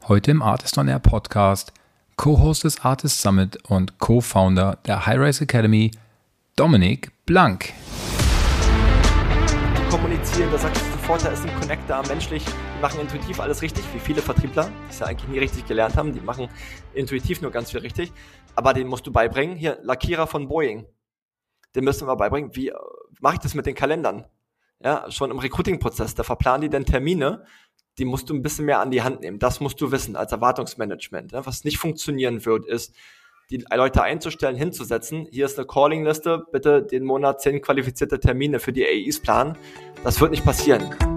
Heute im Artist on Air Podcast, Co-Host des Artist Summit und Co-Founder der High-Rise Academy, Dominik Blank. Die kommunizieren, da sagst du sofort, da ist ein Connect da, menschlich, die machen intuitiv alles richtig, wie viele Vertriebler, die es ja eigentlich nie richtig gelernt haben, die machen intuitiv nur ganz viel richtig, aber den musst du beibringen. Hier, Lackierer von Boeing, den müssen wir beibringen, wie mache ich das mit den Kalendern? Ja, schon im Recruiting-Prozess, da verplanen die dann Termine, die musst du ein bisschen mehr an die Hand nehmen. Das musst du wissen als Erwartungsmanagement. Was nicht funktionieren wird, ist, die Leute einzustellen, hinzusetzen. Hier ist eine Calling-Liste, bitte den Monat 10 qualifizierte Termine für die AEs planen. Das wird nicht passieren.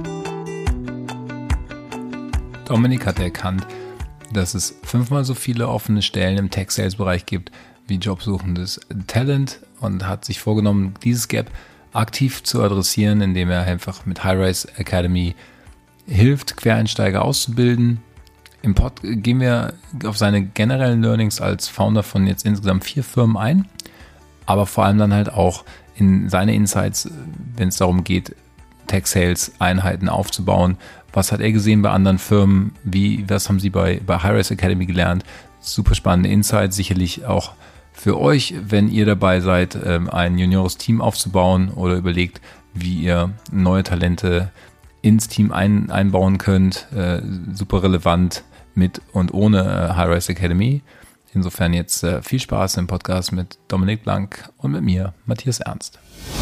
Dominik hat erkannt, dass es 5-mal so viele offene Stellen im Tech-Sales-Bereich gibt wie jobsuchendes Talent und hat sich vorgenommen, dieses Gap aktiv zu adressieren, indem er einfach mit High-Rise Academy hilft, Quereinsteiger auszubilden. Im Pod gehen wir auf seine generellen Learnings als Founder von jetzt insgesamt 4 Firmen ein, aber vor allem dann halt auch in seine Insights, wenn es darum geht, Tech-Sales-Einheiten aufzubauen. Was hat er gesehen bei anderen Firmen? Was haben sie bei High-Rise Academy gelernt? Super spannende Insights, sicherlich auch für euch, wenn ihr dabei seid, ein juniores Team aufzubauen oder überlegt, wie ihr neue Talente ins Team einbauen könnt. Super relevant mit und ohne High-Rise Academy. Insofern jetzt viel Spaß im Podcast mit Dominik Blank und mit mir, Matthias Ernst.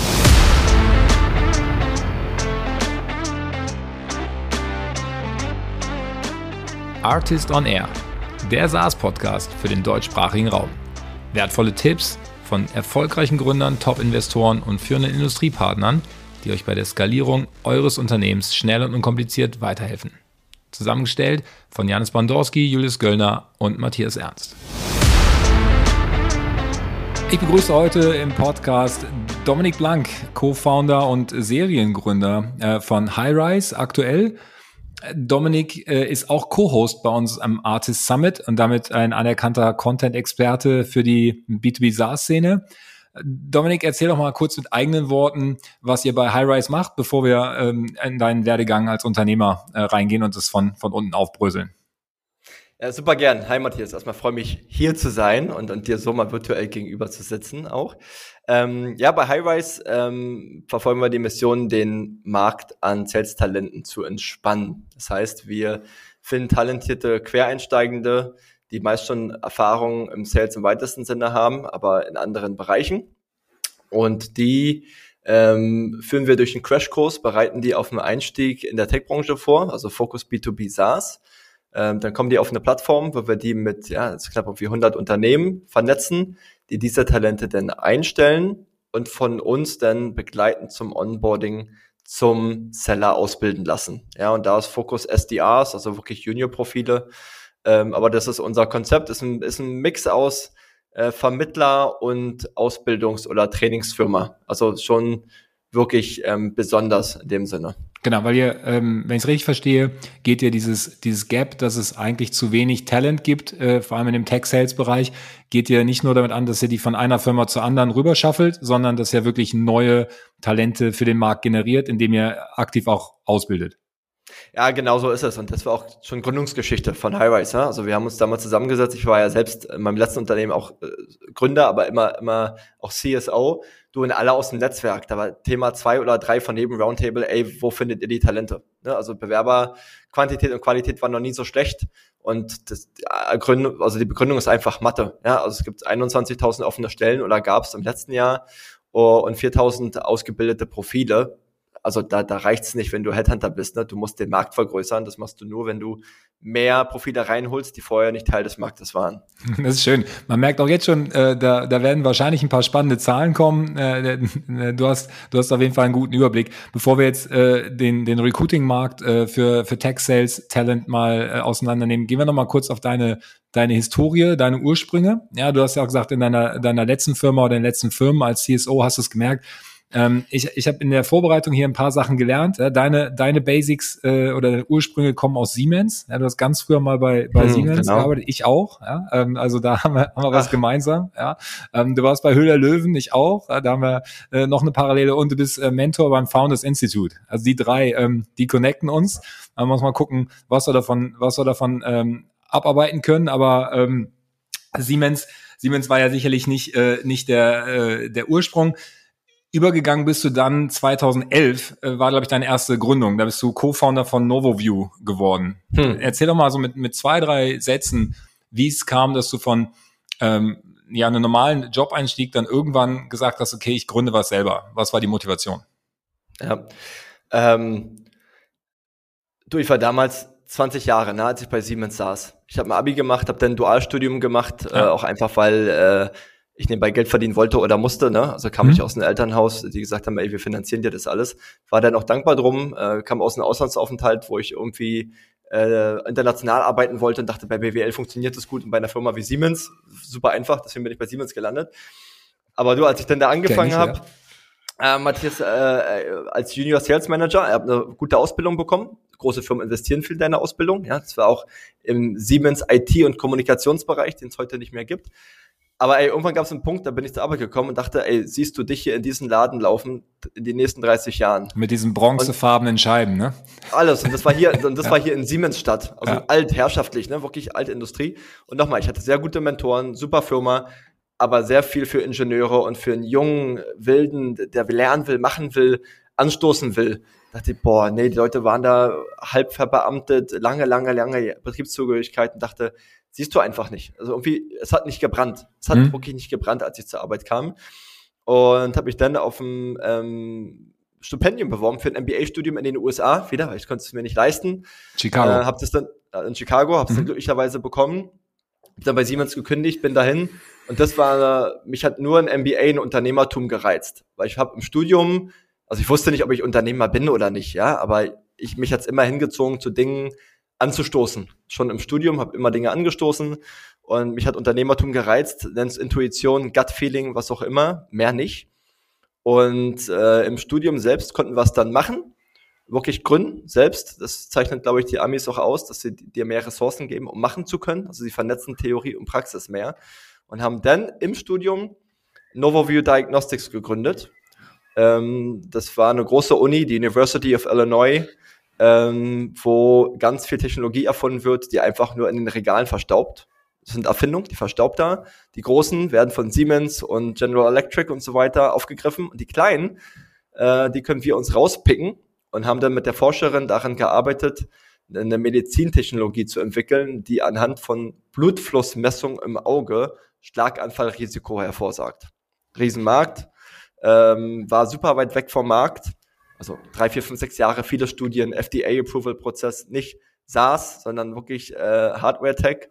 Artist on Air, der SaaS-Podcast für den deutschsprachigen Raum. Wertvolle Tipps von erfolgreichen Gründern, Top-Investoren und führenden Industriepartnern, die euch bei der Skalierung eures Unternehmens schnell und unkompliziert weiterhelfen. Zusammengestellt von Janis Bandorski, Julius Göllner und Matthias Ernst. Ich begrüße heute im Podcast Dominik Blank, Co-Founder und Seriengründer von High-Rise aktuell. Dominik ist auch Co-Host bei uns am Artist Summit und damit ein anerkannter Content-Experte für die B2B-SaaS-Szene. Dominik, erzähl doch mal kurz mit eigenen Worten, was ihr bei High-Rise macht, bevor wir in deinen Werdegang als Unternehmer reingehen und das von unten aufbröseln. Ja, super gern. Hi Matthias, erstmal freue mich hier zu sein und dir so mal virtuell gegenüber zu sitzen auch. Bei High-Rise verfolgen wir die Mission, den Markt an Sales-Talenten zu entspannen. Das heißt, wir finden talentierte Quereinsteigende, die meist schon Erfahrung im Sales im weitesten Sinne haben, aber in anderen Bereichen. Und die führen wir durch einen Crashkurs, bereiten die auf einen Einstieg in der Tech-Branche vor, also Fokus B2B SaaS. Dann kommen die auf eine Plattform, wo wir die mit knapp irgendwie 100 Unternehmen vernetzen, die diese Talente dann einstellen und von uns dann begleiten zum Onboarding, zum Seller ausbilden lassen. Ja, und da ist Fokus SDRs, also wirklich Junior-Profile. Aber das ist unser Konzept, ist ein Mix aus Vermittler und Ausbildungs- oder Trainingsfirma. Also schon wirklich besonders in dem Sinne. Genau, weil ihr, wenn ich es richtig verstehe, geht ihr dieses Gap, dass es eigentlich zu wenig Talent gibt, vor allem in dem Tech-Sales-Bereich, geht ihr nicht nur damit an, dass ihr die von einer Firma zur anderen rüberschaffelt, sondern dass ihr wirklich neue Talente für den Markt generiert, indem ihr aktiv auch ausbildet. Ja, genau so ist es. Und das war auch schon Gründungsgeschichte von High-Rise. Ja? Also wir haben uns damals zusammengesetzt. Ich war ja selbst in meinem letzten Unternehmen auch Gründer, aber immer auch CSO. Du und alle aus dem Netzwerk. Da war Thema 2 oder 3 von jedem Roundtable, wo findet ihr die Talente? Ja, also Bewerberquantität und Qualität waren noch nie so schlecht. Und die Begründung ist einfach Mathe. Ja, also es gibt 21.000 offene Stellen oder gab es im letzten Jahr und 4.000 ausgebildete Profile. Also da reicht's nicht, wenn du Headhunter bist, ne? Du musst den Markt vergrößern. Das machst du nur, wenn du mehr Profile reinholst, die vorher nicht Teil des Marktes waren. Das ist schön. Man merkt auch jetzt schon, da werden wahrscheinlich ein paar spannende Zahlen kommen. Du hast auf jeden Fall einen guten Überblick. Bevor wir jetzt den Recruiting-Markt für Tech-Sales-Talent mal auseinandernehmen, gehen wir noch mal kurz auf deine Historie, deine Ursprünge. Ja, du hast ja auch gesagt, in deiner letzten Firma oder in den letzten Firmen als CSO hast du es gemerkt. Ich habe in der Vorbereitung hier ein paar Sachen gelernt. Deine Basics oder deine Ursprünge kommen aus Siemens. Ja, du hast ganz früher mal bei Siemens gearbeitet. Ich auch. Ja, also da haben wir was gemeinsam. Ja, du warst bei Höhler Löwen, ich auch. Da haben wir noch eine Parallele und du bist Mentor beim Founders Institute. Also die drei, die connecten uns. Man muss mal gucken, was wir davon abarbeiten können, aber Siemens war ja sicherlich nicht der Ursprung. Übergegangen bist du dann 2011, war, glaube ich, deine erste Gründung. Da bist du Co-Founder von Novoview geworden. Erzähl doch mal so mit 2, 3 Sätzen, wie es kam, dass du von einem normalen Job-Einstieg dann irgendwann gesagt hast, okay, ich gründe was selber. Was war die Motivation? Ja, ich war damals 20 Jahre, als ich bei Siemens saß. Ich habe ein Abi gemacht, habe dann ein Dualstudium gemacht, auch einfach, weil ich nebenbei Geld verdienen wollte oder musste. Also kam ich aus einem Elternhaus, die gesagt haben, ey, wir finanzieren dir das alles. War dann auch dankbar drum, kam aus einem Auslandsaufenthalt, wo ich irgendwie international arbeiten wollte und dachte, bei BWL funktioniert das gut und bei einer Firma wie Siemens, super einfach, deswegen bin ich bei Siemens gelandet. Aber als ich dann da angefangen habe, Matthias, als Junior Sales Manager, er hat eine gute Ausbildung bekommen. Große Firmen investieren viel in deine Ausbildung. Ja, das war auch im Siemens IT- und Kommunikationsbereich, den es heute nicht mehr gibt. Aber irgendwann gab es einen Punkt, da bin ich zur Arbeit gekommen und dachte, siehst du dich hier in diesen Laden laufen in den nächsten 30 Jahren? Mit diesen bronzefarbenen Scheiben, ne? Alles. Und das war hier, war hier in Siemensstadt. Also altherrschaftlich, ne? Wirklich alte Industrie. Und nochmal, ich hatte sehr gute Mentoren, super Firma, aber sehr viel für Ingenieure und für einen jungen Wilden, der lernen will, machen will, anstoßen will. Da dachte ich, die Leute waren da halb verbeamtet, lange Betriebszugehörigkeiten. Dachte, siehst du einfach nicht. Also irgendwie, es hat nicht gebrannt. Es hat wirklich nicht gebrannt, als ich zur Arbeit kam. Und habe mich dann auf ein Stipendium beworben für ein MBA-Studium in den USA. Wieder, weil ich konnte es mir nicht leisten. Chicago. Habe das dann in Chicago, habe es dann glücklicherweise bekommen. Hab dann bei Siemens gekündigt, bin dahin. Und mich hat nur ein MBA in Unternehmertum gereizt. Weil ich habe im Studium, also ich wusste nicht, ob ich Unternehmer bin oder nicht, ja, aber mich hat's immer hingezogen, zu Dingen anzustoßen. Schon im Studium habe immer Dinge angestoßen und mich hat Unternehmertum gereizt, nenn's Intuition, Gut-Feeling, was auch immer, mehr nicht. Und im Studium selbst konnten wir es dann machen, wirklich gründen selbst. Das zeichnet, glaube ich, die Amis auch aus, dass sie dir mehr Ressourcen geben, um machen zu können. Also sie vernetzen Theorie und Praxis mehr und haben dann im Studium Novoview Diagnostics gegründet. Das war eine große Uni, die University of Illinois, wo ganz viel Technologie erfunden wird, die einfach nur in den Regalen verstaubt. Das sind Erfindungen, die verstaubt da. Die großen werden von Siemens und General Electric und so weiter aufgegriffen. Und die kleinen, die können wir uns rauspicken und haben dann mit der Forscherin daran gearbeitet, eine Medizintechnologie zu entwickeln, die anhand von Blutflussmessung im Auge Schlaganfallrisiko hervorsagt. Riesenmarkt, war super weit weg vom Markt. Also 3, 4, 5, 6 Jahre, viele Studien, FDA-Approval-Prozess, nicht SaaS, sondern wirklich Hardware-Tech,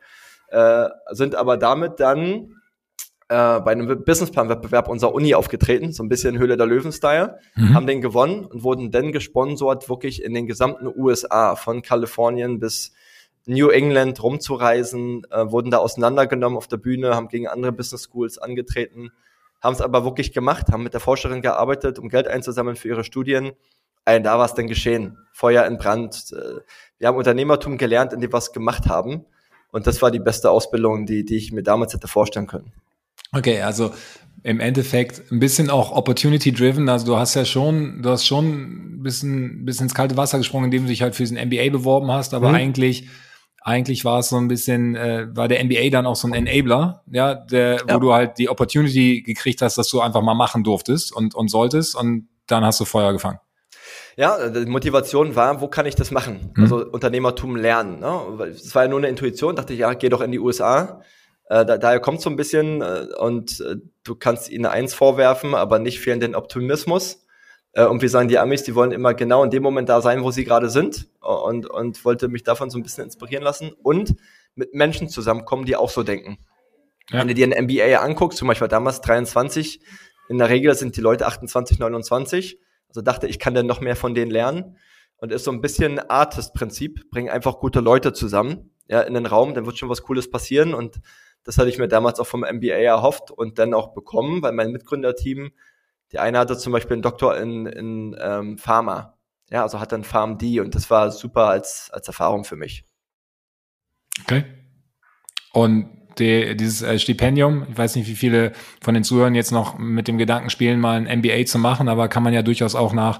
sind aber damit dann bei einem Businessplan-Wettbewerb unserer Uni aufgetreten, so ein bisschen Höhle der Löwen-Style, haben den gewonnen und wurden dann gesponsert, wirklich in den gesamten USA, von Kalifornien bis New England rumzureisen, wurden da auseinandergenommen auf der Bühne, haben gegen andere Business Schools angetreten, haben es aber wirklich gemacht, haben mit der Forscherin gearbeitet, um Geld einzusammeln für ihre Studien. Da war es dann geschehen. Feuer in Brand. Wir haben Unternehmertum gelernt, indem wir was gemacht haben. Und das war die beste Ausbildung, die ich mir damals hätte vorstellen können. Okay, also im Endeffekt ein bisschen auch opportunity-driven. Also du hast schon ein bisschen ins kalte Wasser gesprungen, indem du dich halt für diesen MBA beworben hast, aber eigentlich war es so ein bisschen, war der MBA dann auch so ein Enabler, wo du halt die Opportunity gekriegt hast, dass du einfach mal machen durftest und solltest und dann hast du Feuer gefangen. Ja, die Motivation war, wo kann ich das machen? Also Unternehmertum lernen. Ne? Das war ja nur eine Intuition, dachte ich, geh doch in die USA. Daher kommt so ein bisschen und du kannst ihnen eins vorwerfen, aber nicht fehlenden Optimismus. Und wir sagen, die Amis, die wollen immer genau in dem Moment da sein, wo sie gerade sind und wollte mich davon so ein bisschen inspirieren lassen und mit Menschen zusammenkommen, die auch so denken. Ja. Wenn du dir ein MBA anguckst, zum Beispiel damals 23, in der Regel sind die Leute 28, 29, also dachte ich, kann dann noch mehr von denen lernen und ist so ein bisschen Artist-Prinzip, bring einfach gute Leute zusammen, in den Raum, dann wird schon was Cooles passieren und das hatte ich mir damals auch vom MBA erhofft und dann auch bekommen, weil mein Mitgründerteam, die eine hatte zum Beispiel einen Doktor in Pharma, also hat dann PharmD und das war super als Erfahrung für mich. Okay. Und dieses Stipendium. Ich weiß nicht, wie viele von den Zuhörern jetzt noch mit dem Gedanken spielen, mal ein MBA zu machen, aber kann man ja durchaus auch nach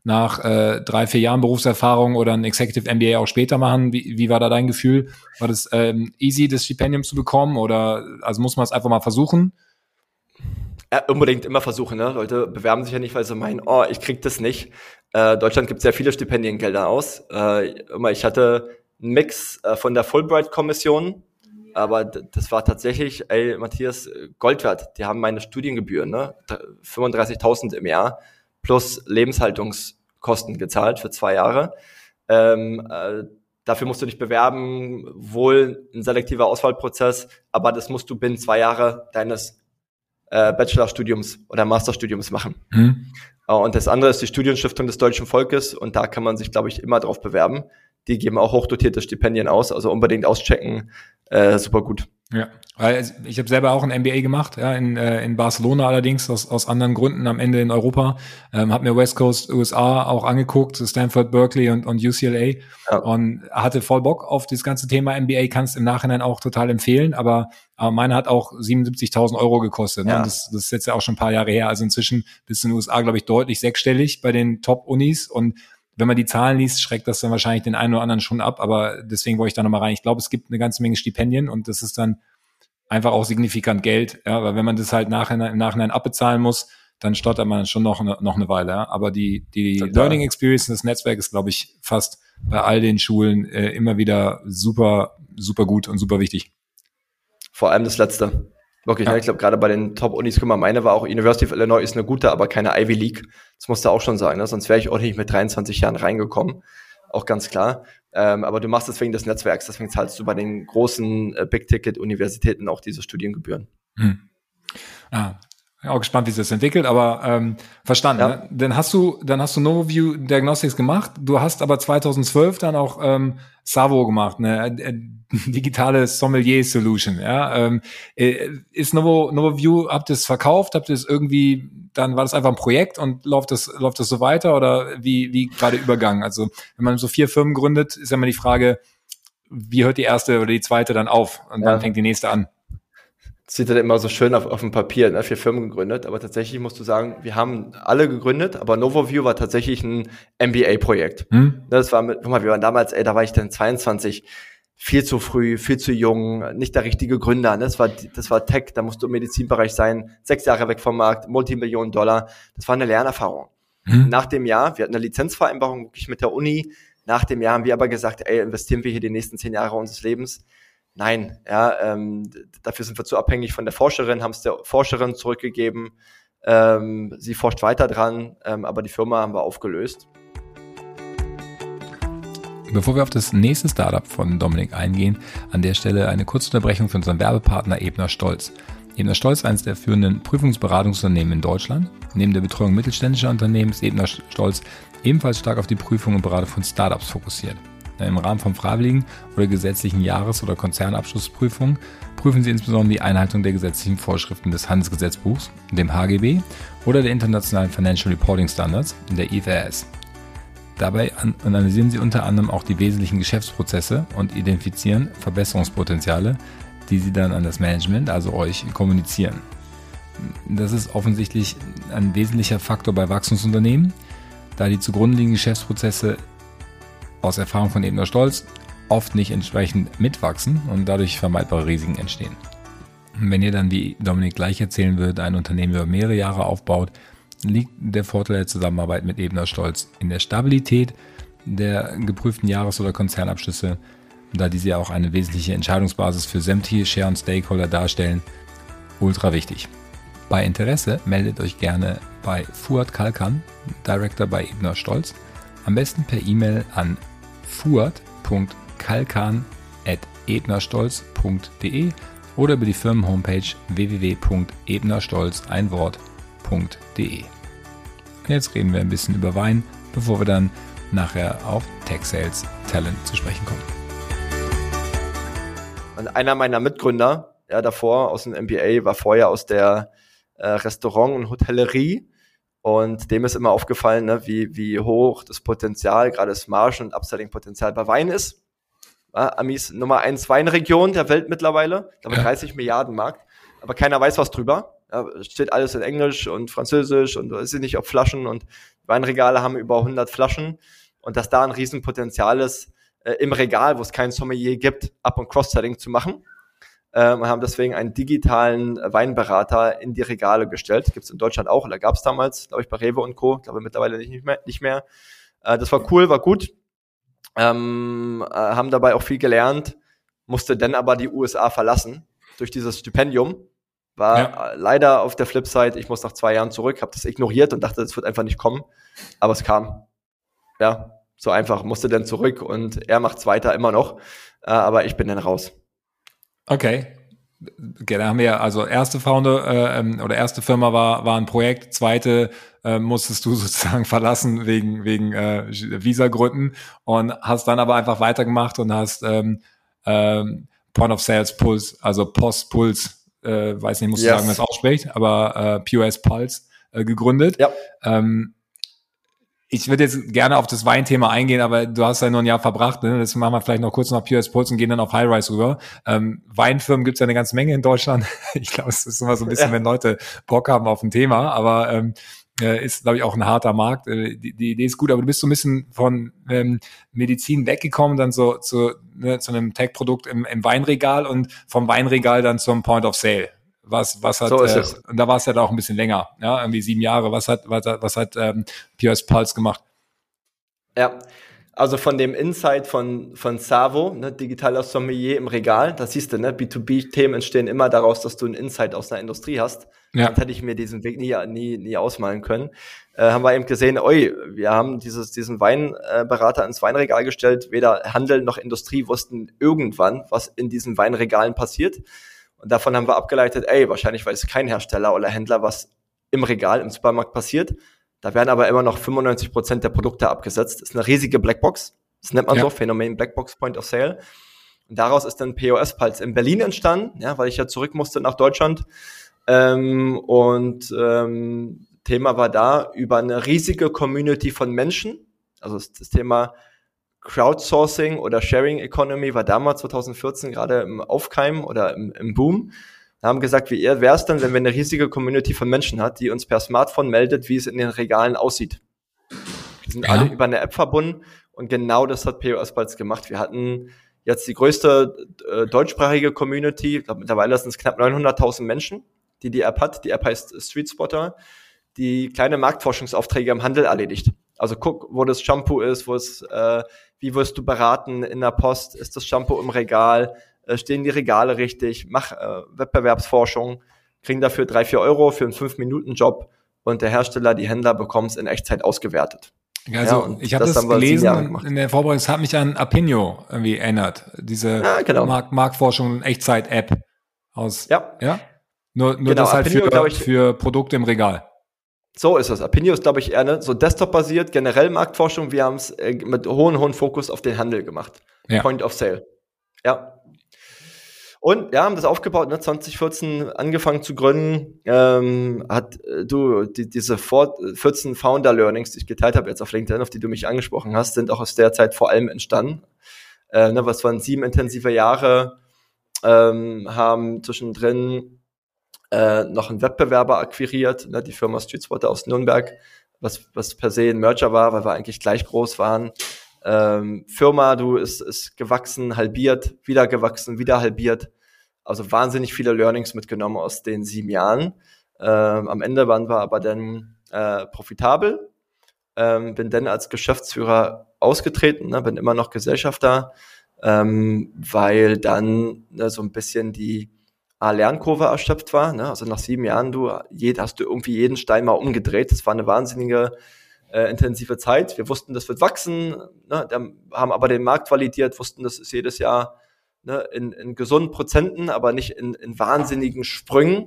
3-4 Jahren Berufserfahrung oder ein Executive MBA auch später machen. Wie war da dein Gefühl? War das easy, das Stipendium zu bekommen, oder also muss man es einfach mal versuchen? Ja, unbedingt immer versuchen, ne? Leute bewerben sich ja nicht, weil sie meinen, ich krieg das nicht. Deutschland gibt sehr viele Stipendiengelder aus. Ich hatte einen Mix von der Fulbright-Kommission, aber das war tatsächlich, Matthias, Gold wert. Die haben meine Studiengebühren, ne? 35.000 im Jahr plus Lebenshaltungskosten gezahlt für 2 Jahre. Dafür musst du dich bewerben, wohl ein selektiver Auswahlprozess, aber das musst du binnen 2 Jahre deines Bachelorstudiums oder Masterstudiums machen. Und das andere ist die Studienstiftung des deutschen Volkes, und da kann man sich, glaube ich, immer drauf bewerben. Die geben auch hochdotierte Stipendien aus, also unbedingt auschecken, super gut. Ja, weil ich habe selber auch ein MBA gemacht, ja, in Barcelona, allerdings aus anderen Gründen am Ende in Europa. Habe mir West Coast USA auch angeguckt, Stanford, Berkeley und UCLA, ja, und hatte voll Bock auf das ganze Thema MBA. Kannst im Nachhinein auch total empfehlen, aber meine hat auch 77.000 Euro gekostet. Ne? Ja. Und das ist jetzt ja auch schon ein paar Jahre her. Also inzwischen bist du in den USA, glaube ich, deutlich sechsstellig bei den Top-Unis, und wenn man die Zahlen liest, schreckt das dann wahrscheinlich den einen oder anderen schon ab, aber deswegen wollte ich da nochmal rein. Ich glaube, es gibt eine ganze Menge Stipendien, und das ist dann einfach auch signifikant Geld, ja, weil wenn man das halt im Nachhinein abbezahlen muss, dann stottert man schon noch eine Weile, ja. Aber die Learning Experience, das Netzwerk ist, glaube ich, fast bei all den Schulen immer wieder super, super gut und super wichtig. Vor allem das Letzte. Wirklich, ja. Ich glaube, gerade bei den Top-Unis, guck mal, meine war auch, University of Illinois ist eine gute, aber keine Ivy League. Das musst du auch schon sagen, ne? Sonst wäre ich auch nicht mit 23 Jahren reingekommen. Auch ganz klar. Aber du machst es wegen des Netzwerks, deswegen zahlst du bei den großen Big-Ticket-Universitäten auch diese Studiengebühren. Auch gespannt, wie sich das entwickelt, aber verstanden. Ja. Ne? Dann hast du Novoview Diagnostics gemacht. Du hast aber 2012 dann auch Savo gemacht, eine digitale Sommelier-Solution. Ja? Ist Novoview, habt ihr es verkauft? Habt ihr es irgendwie, dann war das einfach ein Projekt und läuft das so weiter, oder wie gerade Übergang? Also wenn man so 4 Firmen gründet, ist ja immer die Frage, wie hört die erste oder die zweite dann auf und wann fängt die nächste an? Das sieht dann immer so schön auf dem Papier, ne? 4 Firmen gegründet, aber tatsächlich musst du sagen, wir haben alle gegründet, aber Novoview war tatsächlich ein MBA-Projekt. Das war guck mal, wir waren damals, da war ich dann 22, viel zu früh, viel zu jung, nicht der richtige Gründer, ne? Das war Tech, da musst du im Medizinbereich sein, 6 Jahre weg vom Markt, Multimillionen $. Das war eine Lernerfahrung. Nach dem Jahr, wir hatten eine Lizenzvereinbarung wirklich mit der Uni, nach dem Jahr haben wir aber gesagt, investieren wir hier die nächsten 10 Jahre unseres Lebens? Nein, ja, dafür sind wir zu abhängig von der Forscherin, haben es der Forscherin zurückgegeben. Sie forscht weiter dran, aber die Firma haben wir aufgelöst. Bevor wir auf das nächste Startup von Dominik eingehen, an der Stelle eine kurze Unterbrechung für unseren Werbepartner Ebner Stolz. Ebner Stolz ist eines der führenden Prüfungsberatungsunternehmen in Deutschland. Neben der Betreuung mittelständischer Unternehmen ist Ebner Stolz ebenfalls stark auf die Prüfung und Beratung von Startups fokussiert. Im Rahmen von freiwilligen oder gesetzlichen Jahres- oder Konzernabschlussprüfungen prüfen sie insbesondere die Einhaltung der gesetzlichen Vorschriften des Handelsgesetzbuchs, dem HGB oder der internationalen Financial Reporting Standards, der IFRS. Dabei analysieren sie unter anderem auch die wesentlichen Geschäftsprozesse und identifizieren Verbesserungspotenziale, die sie dann an das Management, also euch, kommunizieren. Das ist offensichtlich ein wesentlicher Faktor bei Wachstumsunternehmen, da die zugrunde liegenden Geschäftsprozesse aus Erfahrung von Ebner Stolz oft nicht entsprechend mitwachsen und dadurch vermeidbare Risiken entstehen. Wenn ihr dann, wie Dominik gleich erzählen wird, ein Unternehmen über mehrere Jahre aufbaut, liegt der Vorteil der Zusammenarbeit mit Ebner Stolz in der Stabilität der geprüften Jahres- oder Konzernabschlüsse, da diese ja auch eine wesentliche Entscheidungsbasis für sämtliche Share- und Stakeholder darstellen, ultra wichtig. Bei Interesse meldet euch gerne bei Fuad Kalkan, Director bei Ebner Stolz, am besten per E-Mail an fuad.kalkan@ebnerstolz.de oder über die Firmenhomepage www.ebnerstolz.de. Jetzt reden wir ein bisschen über Wein, bevor wir dann nachher auf Tech Sales Talent zu sprechen kommen. Und einer meiner Mitgründer, davor aus dem MBA, war vorher aus der Restaurant- und Hotellerie. Und dem ist immer aufgefallen, ne, wie hoch das Potenzial, gerade das Margen- und Upselling-Potenzial bei Wein ist. Amis Nummer 1 Weinregion der Welt mittlerweile, aber 30 Milliarden Markt, aber keiner weiß was drüber. Ja, steht alles in Englisch und Französisch und weiß ich nicht, auf Flaschen, und Weinregale haben über 100 Flaschen, und dass da ein Riesenpotenzial ist, im Regal, wo es kein Sommelier gibt, Up- und Cross-Selling zu machen. Und haben deswegen einen digitalen Weinberater in die Regale gestellt. Gibt es in Deutschland auch, oder gab es damals, glaube ich, bei Rewe und Co., glaube mittlerweile nicht mehr. Das war cool, war gut. Haben dabei auch viel gelernt, musste dann aber die USA verlassen durch dieses Stipendium. War leider auf der Flipside, ich muss nach 2 Jahren zurück, habe das ignoriert und dachte, das wird einfach nicht kommen. Aber es kam. Ja, so einfach, musste dann zurück, und er macht's weiter immer noch. Aber ich bin dann raus. Okay, da haben wir also erste Founder oder erste Firma war ein Projekt, zweite musstest du sozusagen verlassen wegen Visagründen, und hast dann aber einfach weitergemacht und hast Point of Sales Pulse, also POS Pulse, weiß nicht, musst du sagen, wer es ausspricht, aber POS Pulse gegründet. Ja. Ich würde jetzt gerne auf das Weinthema eingehen, aber du hast ja nur ein Jahr verbracht, ne? Das machen wir vielleicht noch kurz nach POS Pulse und gehen dann auf High-Rise rüber. Weinfirmen gibt's ja eine ganze Menge in Deutschland. Ich glaube, es ist immer so ein bisschen, wenn Leute Bock haben auf ein Thema, aber ist, glaube ich, auch ein harter Markt. Die Idee ist gut, aber du bist so ein bisschen von Medizin weggekommen, dann so zu einem Tech-Produkt im Weinregal, und vom Weinregal dann zum Point of Sale. Was hat, so und da war es ja auch ein bisschen länger, ja, irgendwie 7 Jahre. Was hat POS Pulse gemacht? Ja, also von dem Insight von Savo, ne, digitaler Sommelier im Regal, das siehst du, ne, B2B-Themen entstehen immer daraus, dass du einen Insight aus einer Industrie hast. Ja. Sonst hätte ich mir diesen Weg nie ausmalen können. Haben wir eben gesehen, wir haben diesen Weinberater ins Weinregal gestellt, weder Handel noch Industrie wussten irgendwann, was in diesen Weinregalen passiert. Und davon haben wir abgeleitet, wahrscheinlich weiß kein Hersteller oder Händler, was im Regal, im Supermarkt passiert. Da werden aber immer noch 95% der Produkte abgesetzt. Das ist eine riesige Blackbox. Das nennt man so, Phänomen Blackbox Point of Sale. Und daraus ist dann POS Pulse in Berlin entstanden, ja, weil ich ja zurück musste nach Deutschland. Thema war da über eine riesige Community von Menschen. Also das Thema Crowdsourcing oder Sharing Economy war damals 2014 gerade im Aufkeimen oder im Boom. Wir haben gesagt, wie wäre es denn, wenn wir eine riesige Community von Menschen hat, die uns per Smartphone meldet, wie es in den Regalen aussieht. Wir sind alle über eine App verbunden, und genau das hat POS Pulse gemacht. Wir hatten jetzt die größte deutschsprachige Community. Ich glaube, mittlerweile sind es knapp 900.000 Menschen, die App hat. Die App heißt Street Spotter, die kleine Marktforschungsaufträge im Handel erledigt. Also guck, wo das Shampoo ist, wie wirst du beraten in der Post, ist das Shampoo im Regal, stehen die Regale richtig, mach Wettbewerbsforschung, kriegen dafür 3-4 Euro für einen 5-Minuten-Job, und der Hersteller, die Händler bekommen es in Echtzeit ausgewertet. Also ich habe das gelesen in der Vorbereitung, es hat mich an Apinio irgendwie erinnert, diese Marktforschung Echtzeit-App aus. Ja? Nur genau, das halt Apinio, für Produkte im Regal. So ist es. Apinio ist, glaube ich, eher so Desktop-basiert, generell Marktforschung. Wir haben es mit hohen Fokus auf den Handel gemacht. Ja. Point of Sale. Ja. Und haben das aufgebaut, 2014 angefangen zu gründen. Diese 14 Founder-Learnings, die ich geteilt habe jetzt auf LinkedIn, auf die du mich angesprochen hast, sind auch aus der Zeit vor allem entstanden. Was waren 7 intensive Jahre, haben zwischendrin noch einen Wettbewerber akquiriert, die Firma Street Spotter aus Nürnberg, was per se ein Merger war, weil wir eigentlich gleich groß waren. Firma, ist gewachsen, halbiert, wieder gewachsen, wieder halbiert. Also wahnsinnig viele Learnings mitgenommen aus den 7 Jahren. Am Ende waren wir aber dann profitabel. Bin dann als Geschäftsführer ausgetreten, bin immer noch Gesellschafter, weil dann so ein bisschen die Lernkurve erschöpft war. Also nach 7 Jahren hast du irgendwie jeden Stein mal umgedreht. Das war eine wahnsinnige intensive Zeit. Wir wussten, das wird wachsen, haben aber den Markt validiert, wussten, das ist jedes Jahr in gesunden Prozenten, aber nicht in wahnsinnigen Sprüngen.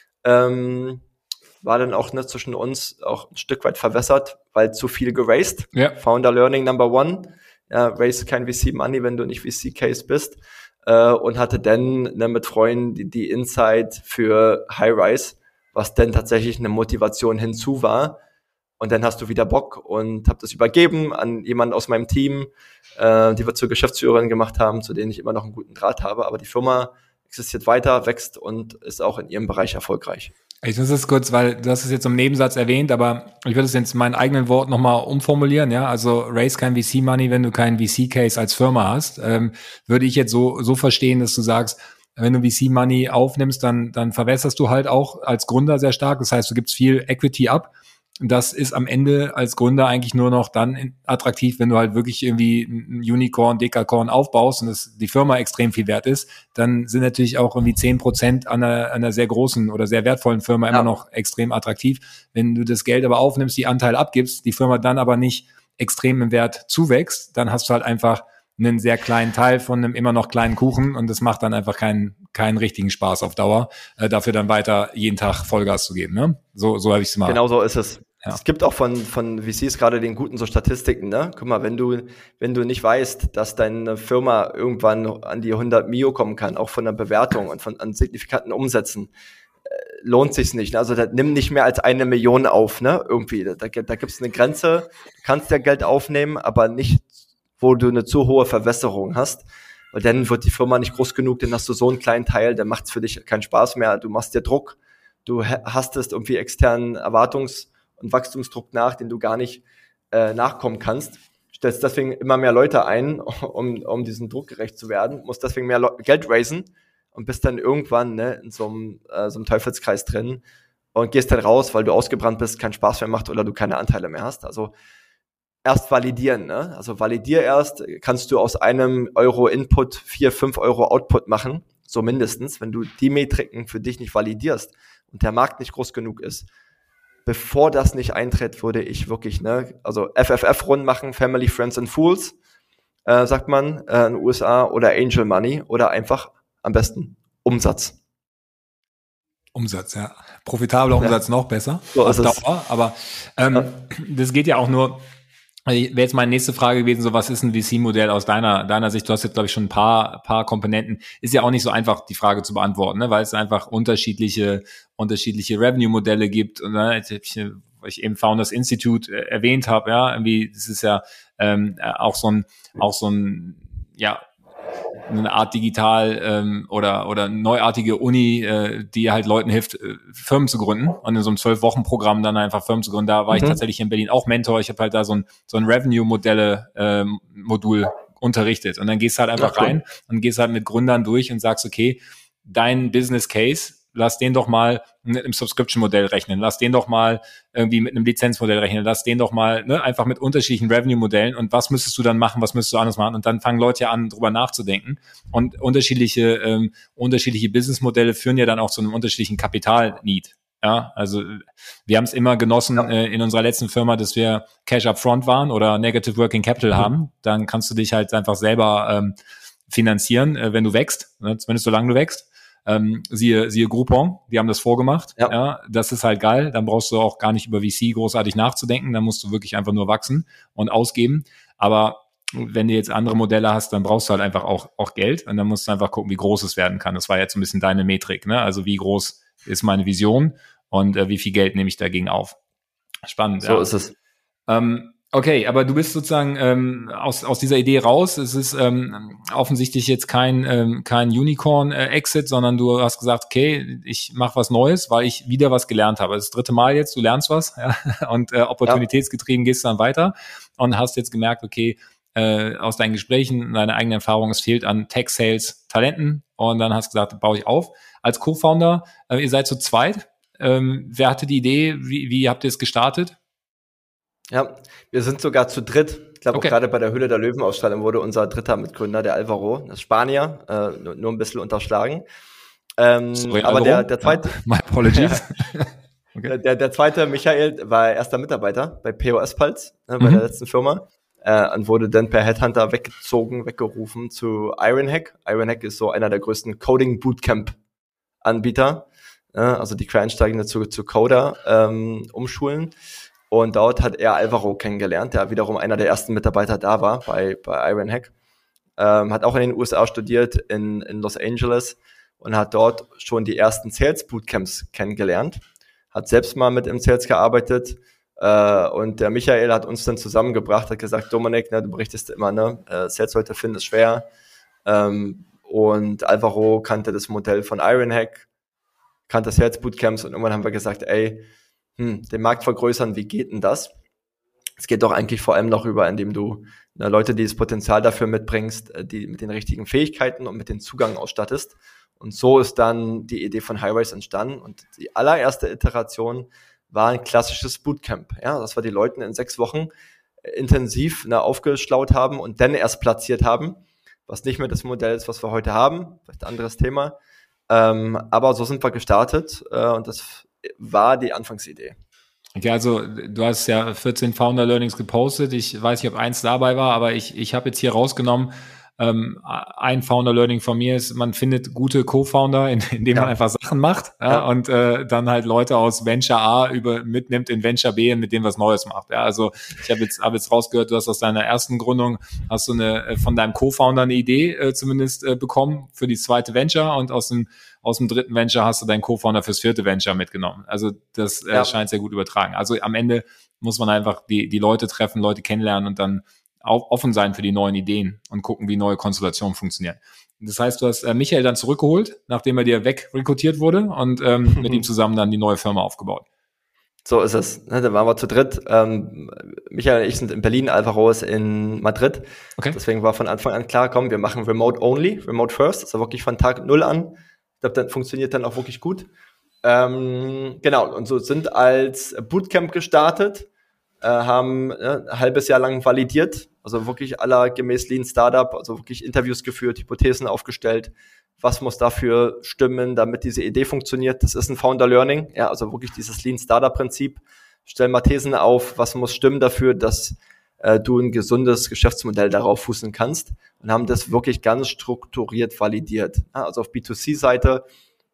War dann auch zwischen uns auch ein Stück weit verwässert, weil zu viel geraced. Ja. Founder Learning Number 1. Ja, race kein VC Money, wenn du nicht VC Case bist. Und hatte dann mit Freunden die Insight für High Rise, was dann tatsächlich eine Motivation hinzu war. und dann hast du wieder Bock und habe das übergeben an jemanden aus meinem Team, die wir zur Geschäftsführerin gemacht haben, zu denen ich immer noch einen guten Draht habe. Aber die Firma existiert weiter, wächst und ist auch in ihrem Bereich erfolgreich. Ich muss das kurz, weil du hast es jetzt im Nebensatz erwähnt, aber ich würde es jetzt in meinen eigenen Worten nochmal umformulieren, ja. Also raise kein VC-Money, wenn du keinen VC-Case als Firma hast. Würde ich jetzt so verstehen, dass du sagst, wenn du VC-Money aufnimmst, dann verwässerst du halt auch als Gründer sehr stark. Das heißt, du gibst viel Equity ab. Das ist am Ende als Gründer eigentlich nur noch dann attraktiv, wenn du halt wirklich irgendwie ein Unicorn, Dekakorn aufbaust und die Firma extrem viel wert ist, dann sind natürlich auch irgendwie 10% an einer sehr großen oder sehr wertvollen Firma immer noch extrem attraktiv. Wenn du das Geld aber aufnimmst, die Anteile abgibst, die Firma dann aber nicht extrem im Wert zuwächst, dann hast du halt einfach einen sehr kleinen Teil von einem immer noch kleinen Kuchen und das macht dann einfach keinen richtigen Spaß auf Dauer, dafür dann weiter jeden Tag Vollgas zu geben. Ne? So habe ich es mal. Genau so ist es. Ja. Es gibt auch von VCs gerade den guten so Statistiken, ne? Guck mal, wenn du nicht weißt, dass deine Firma irgendwann an die 100 Mio kommen kann, auch von der Bewertung und an signifikanten Umsätzen, lohnt sich's nicht. Ne? Also nimm nicht mehr als 1 Million auf, ne? Irgendwie. Da gibt's eine Grenze, du kannst ja Geld aufnehmen, aber nicht, wo du eine zu hohe Verwässerung hast. Weil dann wird die Firma nicht groß genug, dann hast du so einen kleinen Teil, dann macht's für dich keinen Spaß mehr, du machst dir Druck, du hastest irgendwie externen Erwartungs- und Wachstumsdruck nach, den du gar nicht nachkommen kannst. Stellst deswegen immer mehr Leute ein, um diesen Druck gerecht zu werden, musst deswegen mehr Geld raisen und bist dann irgendwann in so einem Teufelskreis drin und gehst dann raus, weil du ausgebrannt bist, keinen Spaß mehr macht oder du keine Anteile mehr hast. Also erst validieren, ne? Also validier erst, kannst du aus einem Euro Input 4, 5 Euro Output machen, so mindestens, wenn du die Metriken für dich nicht validierst und der Markt nicht groß genug ist. Bevor das nicht eintritt, würde ich wirklich, also FFF-Runden machen, Family, Friends and Fools, sagt man in den USA, oder Angel Money oder einfach am besten Umsatz. Umsatz, ja. Profitabler Umsatz noch besser. So auf ist es. Dauer. Aber das geht ja auch nur. Wäre jetzt meine nächste Frage gewesen, so was ist ein VC-Modell aus deiner Sicht? Du hast jetzt, glaube ich, schon ein paar Komponenten. Ist ja auch nicht so einfach, die Frage zu beantworten, ne? Weil es einfach unterschiedliche Revenue-Modelle gibt. Und weil ich eben Founders Institute erwähnt habe, ja, irgendwie, das ist ja auch so ein ja, eine Art digital oder neuartige Uni, die halt Leuten hilft, Firmen zu gründen und in so einem 12-Wochen-Programm dann einfach Firmen zu gründen. Da war ich tatsächlich in Berlin auch Mentor. Ich habe halt da so ein Revenue-Modelle-Modul unterrichtet. Und dann gehst du halt einfach rein und gehst halt mit Gründern durch und sagst, okay, dein Business Case, lass den doch mal mit einem Subscription-Modell rechnen, lass den doch mal irgendwie mit einem Lizenzmodell rechnen, lass den doch mal einfach mit unterschiedlichen Revenue-Modellen und was müsstest du dann machen, was müsstest du anders machen und dann fangen Leute ja an, drüber nachzudenken und unterschiedliche Business-Modelle führen ja dann auch zu einem unterschiedlichen Kapital-Need. Ja, also wir haben es immer genossen in unserer letzten Firma, dass wir Cash up front waren oder Negative Working Capital haben, dann kannst du dich halt einfach selber finanzieren, wenn du wächst, zumindest solange du wächst. Siehe Groupon, die haben das vorgemacht. Ja, das ist halt geil. Dann brauchst du auch gar nicht über VC großartig nachzudenken. Dann musst du wirklich einfach nur wachsen und ausgeben. Aber wenn du jetzt andere Modelle hast, dann brauchst du halt einfach auch Geld. Und dann musst du einfach gucken, wie groß es werden kann. Das war jetzt ein bisschen deine Metrik, ne? Also wie groß ist meine Vision und wie viel Geld nehme ich dagegen auf? Spannend. So ist es. Okay, aber du bist sozusagen aus dieser Idee raus. Es ist offensichtlich jetzt kein Unicorn-Exit, sondern du hast gesagt, okay, ich mache was Neues, weil ich wieder was gelernt habe. Das 3. Mal jetzt, du lernst was, ja, und opportunitätsgetrieben gehst dann weiter und hast jetzt gemerkt, okay, aus deinen Gesprächen, deiner eigenen Erfahrung, es fehlt an Tech-Sales-Talenten und dann hast du gesagt, baue ich auf. Als Co-Founder, ihr seid zu zweit. Wer hatte die Idee? Wie habt ihr es gestartet? Ja, wir sind sogar zu dritt. Ich glaube, auch gerade bei der Höhle der Löwen-Ausstrahlung wurde unser dritter Mitgründer, der Alvaro, das Spanier, nur ein bisschen unterschlagen. Sorry, aber Alvaro? der zweite, My apologies. Okay. Der zweite, Michael, war erster Mitarbeiter bei POS Pulse, bei der letzten Firma, und wurde dann per Headhunter weggerufen zu Ironhack. Ironhack ist so einer der größten Coding-Bootcamp-Anbieter, also die Quereinsteigende zu Coder umschulen. Und dort hat er Alvaro kennengelernt, der wiederum einer der ersten Mitarbeiter da war bei Ironhack. Hat auch in den USA studiert, in Los Angeles, und hat dort schon die ersten Sales-Bootcamps kennengelernt. Hat selbst mal mit im Sales gearbeitet Und der Michael hat uns dann zusammengebracht, hat gesagt, Dominik, ne, du berichtest immer, ne, Sales-Leute finden es schwer. Und Alvaro kannte das Modell von Ironhack, kannte Sales Bootcamps und irgendwann haben wir gesagt, ey, den Markt vergrößern, wie geht denn das? Es geht doch eigentlich vor allem noch über, indem du Leute, die das Potenzial dafür mitbringst, die mit den richtigen Fähigkeiten und mit den Zugang ausstattest. Und so ist dann die Idee von Highrise entstanden. Und die allererste Iteration war ein klassisches Bootcamp. Ja, dass wir die Leute in 6 Wochen intensiv aufgeschlaut haben und dann erst platziert haben, was nicht mehr das Modell ist, was wir heute haben. Vielleicht ein anderes Thema. Aber so sind wir gestartet und das war die Anfangsidee. Okay, also du hast ja 14 Founder Learnings gepostet. Ich weiß nicht, ob eins dabei war, aber ich habe jetzt hier rausgenommen, ein Founder Learning von mir ist, man findet gute Co-Founder, indem man einfach Sachen macht und dann halt Leute aus Venture A mitnimmt in Venture B und mit denen was Neues macht. Ja, also ich habe jetzt rausgehört, du hast aus deiner ersten Gründung hast du von deinem Co-Founder eine Idee zumindest bekommen für die zweite Venture und aus dem dritten Venture hast du deinen Co-Founder fürs vierte Venture mitgenommen. Also das scheint sehr gut übertragen. Also am Ende muss man einfach die Leute treffen, Leute kennenlernen und dann auch offen sein für die neuen Ideen und gucken, wie neue Konstellationen funktionieren. Das heißt, du hast Michael dann zurückgeholt, nachdem er dir wegrekrutiert wurde und mit ihm zusammen dann die neue Firma aufgebaut. So ist es. Da waren wir zu dritt. Michael und ich sind in Berlin, Alvaro ist in Madrid. Okay. Deswegen war von Anfang an klar, komm, wir machen Remote only, Remote first. Also wirklich von Tag 0 an. Ich glaube, das funktioniert dann auch wirklich gut. Genau, und so sind als Bootcamp gestartet, haben ein halbes Jahr lang validiert, also wirklich aller gemäß Lean Startup, also wirklich Interviews geführt, Hypothesen aufgestellt, was muss dafür stimmen, damit diese Idee funktioniert. Das ist ein Founder Learning, ja, also wirklich dieses Lean Startup Prinzip. Stellen mal Thesen auf, was muss stimmen dafür, dass du ein gesundes Geschäftsmodell darauf fußen kannst und haben das wirklich ganz strukturiert validiert. Ja, also auf B2C-Seite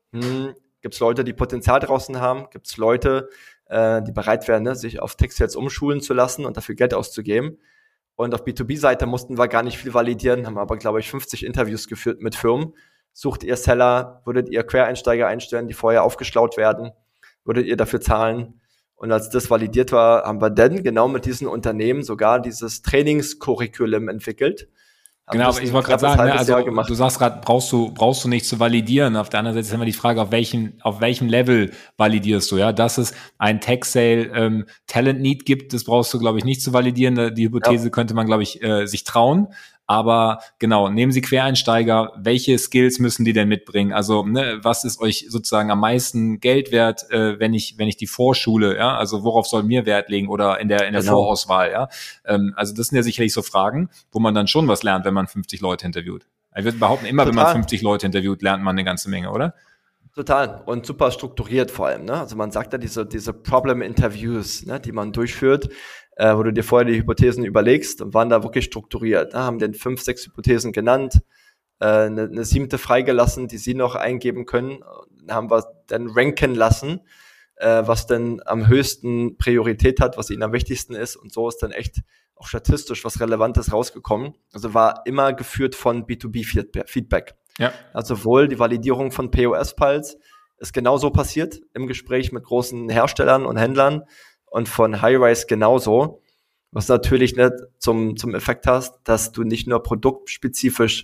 gibt es Leute, die Potenzial draußen haben, gibt es Leute, die bereit wären, sich auf Tech-Sales umschulen zu lassen und dafür Geld auszugeben. Und auf B2B-Seite mussten wir gar nicht viel validieren, haben aber, glaube ich, 50 Interviews geführt mit Firmen. Sucht ihr Seller, würdet ihr Quereinsteiger einstellen, die vorher aufgeschlaut werden, würdet ihr dafür zahlen? Und als das validiert war, haben wir dann genau mit diesen Unternehmen sogar dieses Trainingscurriculum entwickelt. Genau, aber ich wollte gerade sagen, ne, also du sagst gerade, brauchst du nicht zu validieren. Auf der anderen Seite ist immer die Frage, auf welchem Level validierst du, ja? Dass es ein Tech-Sale Talent Need gibt, das brauchst du, glaube ich, nicht zu validieren. Die Hypothese könnte man, glaube ich, sich trauen. Aber genau, nehmen Sie Quereinsteiger, welche Skills müssen die denn mitbringen? Also was ist euch sozusagen am meisten Geld wert, wenn ich die vorschule, ja? Also worauf soll mir Wert legen oder in der Vorauswahl, ja? Also das sind ja sicherlich so Fragen, wo man dann schon was lernt, wenn man 50 Leute interviewt. Ich würde behaupten, immer wenn man 50 Leute interviewt, lernt man eine ganze Menge, oder? Total. Und super strukturiert vor allem, ne? Also man sagt ja diese Problem-Interviews, ne, die man durchführt, wo du dir vorher die Hypothesen überlegst und waren da wirklich strukturiert. Ne? Haben den 5, 6 Hypothesen genannt, eine 7. freigelassen, die sie noch eingeben können. Haben wir dann ranken lassen, was denn am höchsten Priorität hat, was ihnen am wichtigsten ist. Und so ist dann echt auch statistisch was Relevantes rausgekommen. Also war immer geführt von B2B-Feedback. Ja. Also sowohl die Validierung von POS-Files ist genauso passiert im Gespräch mit großen Herstellern und Händlern und von Highrise genauso, was natürlich nicht zum Effekt hast, dass du nicht nur produktspezifisch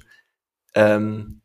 am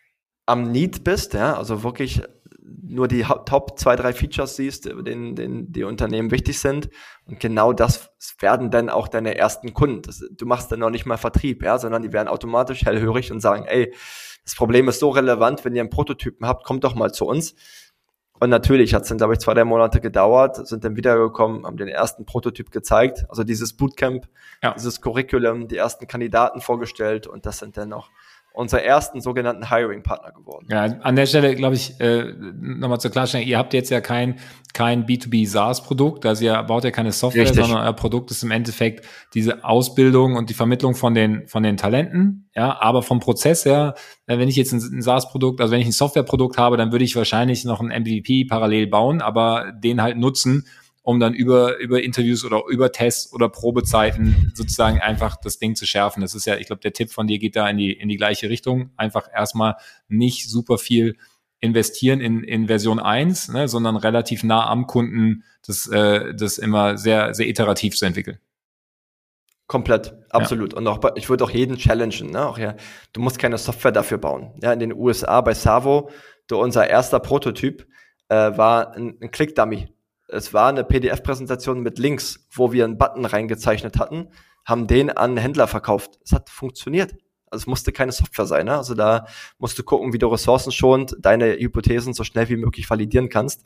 Need bist, ja, also wirklich nur die Top 2, 3 Features siehst, die Unternehmen wichtig sind. Und genau das werden dann auch deine ersten Kunden. Du machst dann noch nicht mal Vertrieb, ja, sondern die werden automatisch hellhörig und sagen, ey, das Problem ist so relevant, wenn ihr einen Prototypen habt, kommt doch mal zu uns. Und natürlich hat es dann, glaube ich, 2, 3 Monate gedauert, sind dann wiedergekommen, haben den ersten Prototyp gezeigt, also dieses Bootcamp, dieses Curriculum, die ersten Kandidaten vorgestellt und das sind dann noch unsere ersten sogenannten Hiring-Partner geworden. Ja, an der Stelle, glaube ich, nochmal zur Klarstellung, ihr habt jetzt ja kein B2B-SaaS-Produkt, also ihr baut ja keine Software, richtig, sondern euer Produkt ist im Endeffekt diese Ausbildung und die Vermittlung von den Talenten, ja, aber vom Prozess her, wenn ich jetzt ein SaaS-Produkt, also wenn ich ein Softwareprodukt habe, dann würde ich wahrscheinlich noch ein MVP parallel bauen, aber den halt nutzen, um dann über Interviews oder über Tests oder Probezeiten sozusagen einfach das Ding zu schärfen. Das ist ja, ich glaube, der Tipp von dir geht da in die gleiche Richtung. Einfach erstmal nicht super viel investieren in Version 1, ne, sondern relativ nah am Kunden das immer sehr, sehr iterativ zu entwickeln. Komplett, absolut. Ja. Und ich würde auch jeden challengen, ne? Du musst keine Software dafür bauen. Ja, in den USA bei Savo, unser erster Prototyp war ein Click-Dummy. Es war eine PDF-Präsentation mit Links, wo wir einen Button reingezeichnet hatten, haben den an Händler verkauft. Es hat funktioniert. Also es musste keine Software sein. Ne? Also da musst du gucken, wie du ressourcenschonend deine Hypothesen so schnell wie möglich validieren kannst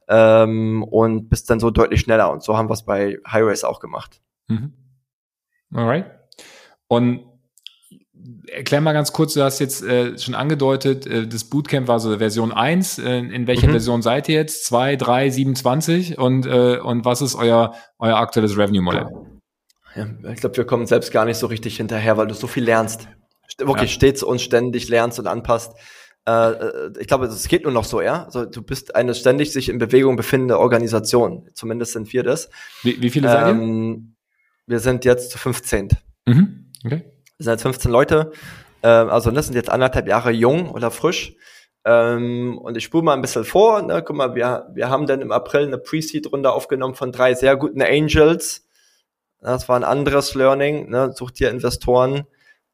und bist dann so deutlich schneller. Und so haben wir es bei HiRace auch gemacht. Mhm. Alright. Und erklär mal ganz kurz, du hast jetzt schon angedeutet, das Bootcamp war so Version 1. In welcher Version seid ihr jetzt? 2, 3, 27? Und was ist euer aktuelles Revenue-Modell? Ja, ich glaube, wir kommen selbst gar nicht so richtig hinterher, weil du so viel lernst. Wirklich stets und ständig lernst und anpasst. Ich glaube, es geht nur noch so, ja. Also du bist eine ständig sich in Bewegung befindende Organisation. Zumindest sind wir das. Wie viele seid ihr? Wir sind jetzt zu 15. Mhm. Okay. Wir sind jetzt 15 Leute. Also das sind jetzt 1,5 Jahre jung oder frisch. Und ich spule mal ein bisschen vor. Ne? Guck mal, wir haben dann im April eine Pre-Seed-Runde aufgenommen von 3 sehr guten Angels. Das war ein anderes Learning. Ne? Such dir Investoren,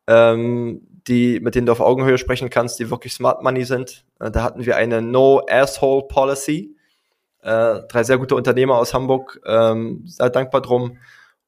mit denen du auf Augenhöhe sprechen kannst, die wirklich Smart Money sind. Da hatten wir eine No-Asshole-Policy. 3 sehr gute Unternehmer aus Hamburg, sehr dankbar drum.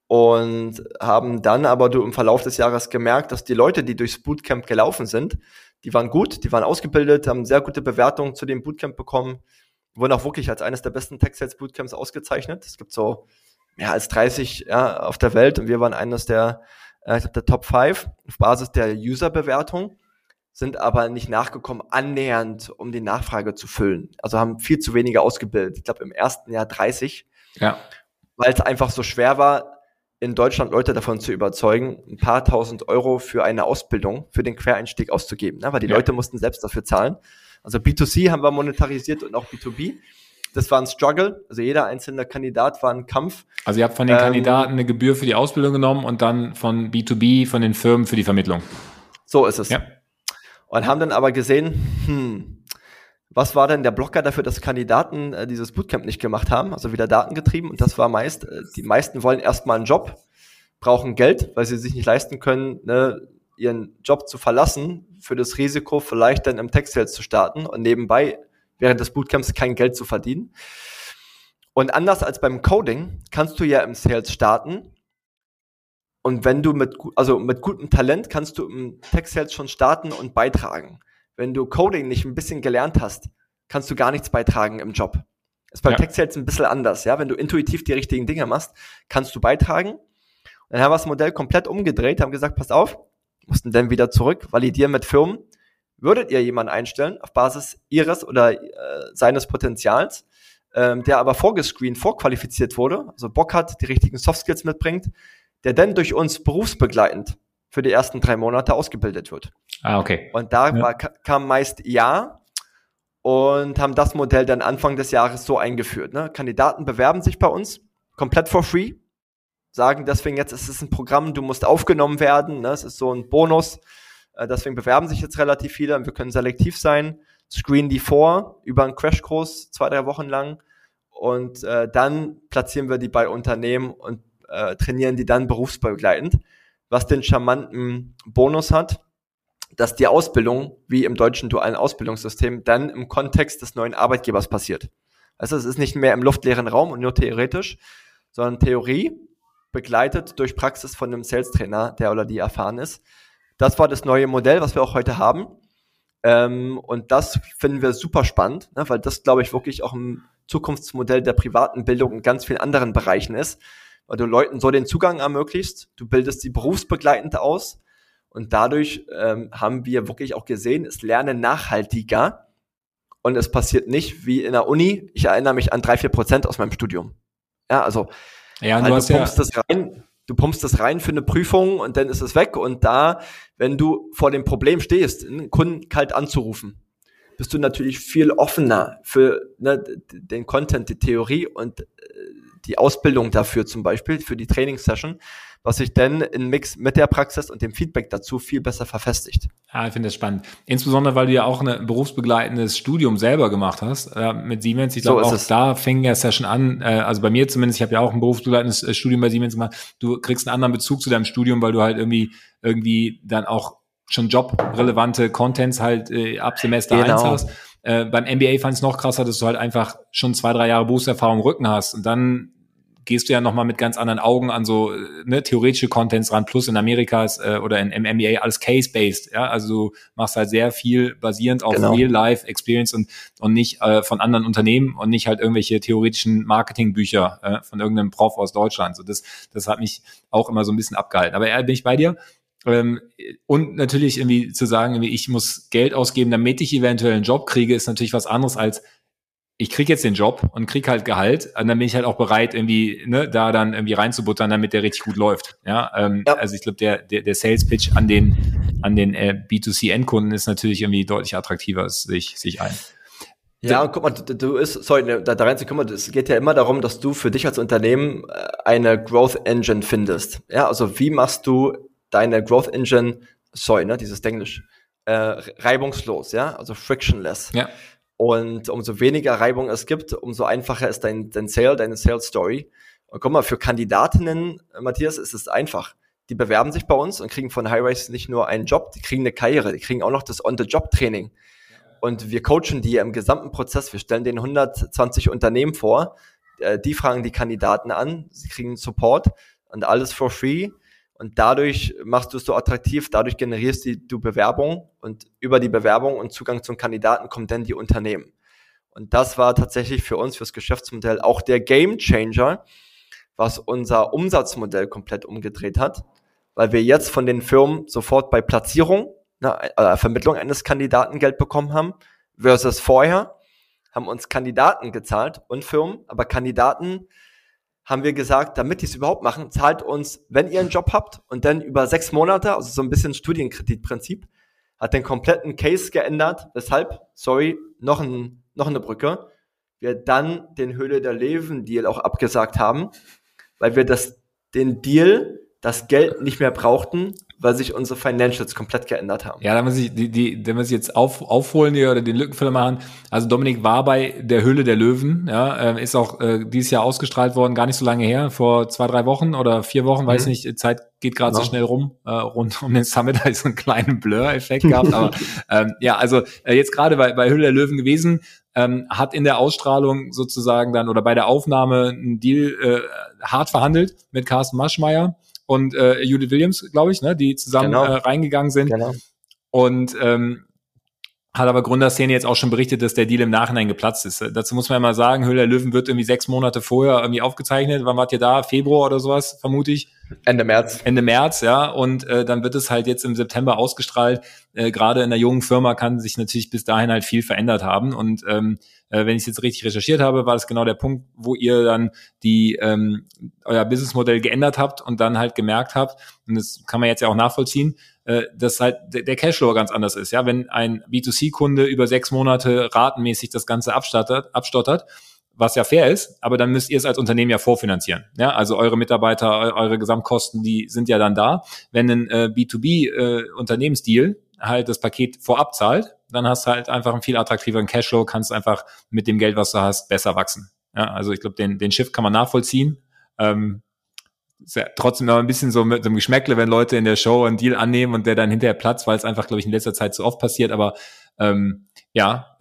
Und haben dann aber im Verlauf des Jahres gemerkt, dass die Leute, die durchs Bootcamp gelaufen sind, die waren gut, die waren ausgebildet, haben sehr gute Bewertungen zu dem Bootcamp bekommen, wurden auch wirklich als eines der besten Tech-Sales-Bootcamps ausgezeichnet. Es gibt so mehr als 30 auf der Welt und wir waren eines der Top 5 auf Basis der User-Bewertung, sind aber nicht nachgekommen, annähernd, um die Nachfrage zu füllen. Also haben viel zu wenige ausgebildet. Ich glaube, im ersten Jahr 30. Ja. Weil es einfach so schwer war, in Deutschland Leute davon zu überzeugen, ein paar tausend Euro für eine Ausbildung, für den Quereinstieg auszugeben, ne? Weil die Leute mussten selbst dafür zahlen. Also B2C haben wir monetarisiert und auch B2B. Das war ein Struggle. Also jeder einzelne Kandidat war ein Kampf. Also ihr habt von den Kandidaten eine Gebühr für die Ausbildung genommen und dann von B2B, von den Firmen für die Vermittlung. So ist es. Ja. Und haben dann aber gesehen, was war denn der Blocker dafür, dass Kandidaten dieses Bootcamp nicht gemacht haben? Also wieder datengetrieben. Und das war die meisten wollen erstmal einen Job, brauchen Geld, weil sie sich nicht leisten können, ne, ihren Job zu verlassen, für das Risiko vielleicht dann im Tech-Sales zu starten und nebenbei während des Bootcamps kein Geld zu verdienen. Und anders als beim Coding kannst du ja im Sales starten. Und wenn du mit gutem Talent kannst du im Tech-Sales schon starten und beitragen. Wenn du Coding nicht ein bisschen gelernt hast, kannst du gar nichts beitragen im Job. Ist bei Tech-Sales ein bisschen anders, ja. Wenn du intuitiv die richtigen Dinge machst, kannst du beitragen. Und dann haben wir das Modell komplett umgedreht, haben gesagt, passt auf, mussten dann wieder zurück, validieren mit Firmen. Würdet ihr jemanden einstellen auf Basis ihres oder seines Potenzials, der aber vorqualifiziert wurde, also Bock hat, die richtigen Soft-Skills mitbringt, der dann durch uns berufsbegleitend für die ersten 3 Monate ausgebildet wird. Okay. Und da kam meist und haben das Modell dann Anfang des Jahres so eingeführt. Ne? Kandidaten bewerben sich bei uns komplett for free, sagen deswegen jetzt, es ist ein Programm, du musst aufgenommen werden, ne? Es ist so ein Bonus, deswegen bewerben sich jetzt relativ viele und wir können selektiv sein, screenen die vor über einen Crashkurs 2-3 Wochen lang und dann platzieren wir die bei Unternehmen und trainieren die dann berufsbegleitend, was den charmanten Bonus hat, dass die Ausbildung, wie im deutschen dualen Ausbildungssystem, dann im Kontext des neuen Arbeitgebers passiert. Also es ist nicht mehr im luftleeren Raum und nur theoretisch, sondern Theorie begleitet durch Praxis von einem Sales-Trainer, der oder die erfahren ist. Das war das neue Modell, was wir auch heute haben. Und das finden wir super spannend, ne, weil das, glaube ich, wirklich auch ein Zukunftsmodell der privaten Bildung in ganz vielen anderen Bereichen ist, weil du Leuten so den Zugang ermöglichst, du bildest sie berufsbegleitend aus und dadurch haben wir wirklich auch gesehen, es lernen nachhaltiger und es passiert nicht wie in der Uni. Ich erinnere mich an 3-4% aus meinem Studium. Ja, also du pumpst das rein für eine Prüfung und dann ist es weg und da, wenn du vor dem Problem stehst, einen Kunden kalt anzurufen, bist du natürlich viel offener für den Content, die Theorie und die Ausbildung dafür zum Beispiel, für die Trainingssession, was sich dann in Mix mit der Praxis und dem Feedback dazu viel besser verfestigt. Ja, ich finde das spannend. Insbesondere, weil du ja auch ein berufsbegleitendes Studium selber gemacht hast mit Siemens. Ich glaube, da fing es ja schon an, also bei mir zumindest, ich habe ja auch ein berufsbegleitendes Studium bei Siemens gemacht. Du kriegst einen anderen Bezug zu deinem Studium, weil du halt irgendwie dann auch schon jobrelevante Contents halt ab Semester 1 hast. Beim MBA fand ich es noch krasser, dass du halt einfach schon 2-3 Jahre Berufserfahrung im Rücken hast und dann gehst du ja nochmal mit ganz anderen Augen an so theoretische Contents ran, plus in Amerika ist, oder im MBA alles case-based, ja, also du machst halt sehr viel basierend auf Real-Life-Experience und nicht von anderen Unternehmen und nicht halt irgendwelche theoretischen Marketingbücher von irgendeinem Prof aus Deutschland. So das hat mich auch immer so ein bisschen abgehalten. Aber bin ich bei dir. Und natürlich irgendwie zu sagen, irgendwie ich muss Geld ausgeben, damit ich eventuell einen Job kriege, ist natürlich was anderes als ich kriege jetzt den Job und kriege halt Gehalt und dann bin ich halt auch bereit, irgendwie da dann irgendwie reinzubuttern, damit der richtig gut läuft. Ja, also ich glaube, der Sales-Pitch an den B2C-Endkunden ist natürlich irgendwie deutlich attraktiver, sich ein. Ja, und guck mal, da reinzukommen, es geht ja immer darum, dass du für dich als Unternehmen eine Growth Engine findest. Ja, also wie machst du deine Growth Engine, dieses Englisch, reibungslos, ja, also frictionless. Ja. Und umso weniger Reibung es gibt, umso einfacher ist deine Sales Story. Und guck mal, für Kandidatinnen, Matthias, ist es einfach. Die bewerben sich bei uns und kriegen von Highrise nicht nur einen Job, die kriegen eine Karriere, die kriegen auch noch das On-the-Job-Training. Und wir coachen die im gesamten Prozess. Wir stellen denen 120 Unternehmen vor. Die fragen die Kandidaten an, sie kriegen Support und alles for free. Und dadurch machst du es so attraktiv, dadurch generierst du Bewerbung und über die Bewerbung und Zugang zum Kandidaten kommen dann die Unternehmen. Und das war tatsächlich für uns, fürs Geschäftsmodell auch der Gamechanger, was unser Umsatzmodell komplett umgedreht hat, weil wir jetzt von den Firmen sofort bei Platzierung, Vermittlung eines Kandidaten Geld bekommen haben, versus vorher haben uns Kandidaten gezahlt und Firmen, aber Kandidaten haben wir gesagt, damit die es überhaupt machen, zahlt uns, wenn ihr einen Job habt und dann über 6 Monate, also so ein bisschen Studienkreditprinzip, hat den kompletten Case geändert, weshalb, noch eine Brücke, wir dann den Höhle der Löwen-Deal auch abgesagt haben, weil wir den Deal, das Geld nicht mehr brauchten, weil sich unsere Financials komplett geändert haben. Ja, da muss ich jetzt aufholen hier oder den Lückenfüller machen. Also Dominik war bei der Höhle der Löwen, ja, ist auch dieses Jahr ausgestrahlt worden, gar nicht so lange her, vor 2-3 Wochen oder 4 Wochen, weiß nicht, die Zeit geht gerade so schnell rum, rund um den Summit, da ist so einen kleinen Blur-Effekt gehabt, aber also jetzt gerade bei Höhle der Löwen gewesen, hat in der Ausstrahlung sozusagen dann oder bei der Aufnahme einen Deal hart verhandelt mit Carsten Maschmeyer und Judith Williams, glaube ich, die zusammen reingegangen sind. Genau. Und hat aber Gründerszene jetzt auch schon berichtet, dass der Deal im Nachhinein geplatzt ist. Dazu muss man ja mal sagen, Höhle der Löwen wird irgendwie 6 Monate vorher irgendwie aufgezeichnet. Wann wart ihr da? Februar oder sowas, vermute ich. Ende März, ja. Und dann wird es halt jetzt im September ausgestrahlt. Gerade in einer jungen Firma kann sich natürlich bis dahin halt viel verändert haben. Und wenn ich es jetzt richtig recherchiert habe, war das genau der Punkt, wo ihr dann euer Businessmodell geändert habt und dann halt gemerkt habt, und das kann man jetzt ja auch nachvollziehen, dass halt der Cashflow ganz anders ist. Ja, wenn ein B2C-Kunde über 6 Monate ratenmäßig das Ganze abstottert, was ja fair ist, aber dann müsst ihr es als Unternehmen ja vorfinanzieren. Ja, also eure Mitarbeiter, eure Gesamtkosten, die sind ja dann da. Wenn ein B2B-Unternehmensdeal halt das Paket vorab zahlt, dann hast du halt einfach einen viel attraktiveren Cashflow, kannst einfach mit dem Geld, was du hast, besser wachsen. Ja, also ich glaube, den Shift kann man nachvollziehen. Ist ja trotzdem noch ein bisschen so mit so einem Geschmäckle, wenn Leute in der Show einen Deal annehmen und der dann hinterher platzt, weil es einfach, glaube ich, in letzter Zeit so oft passiert. Aber klar.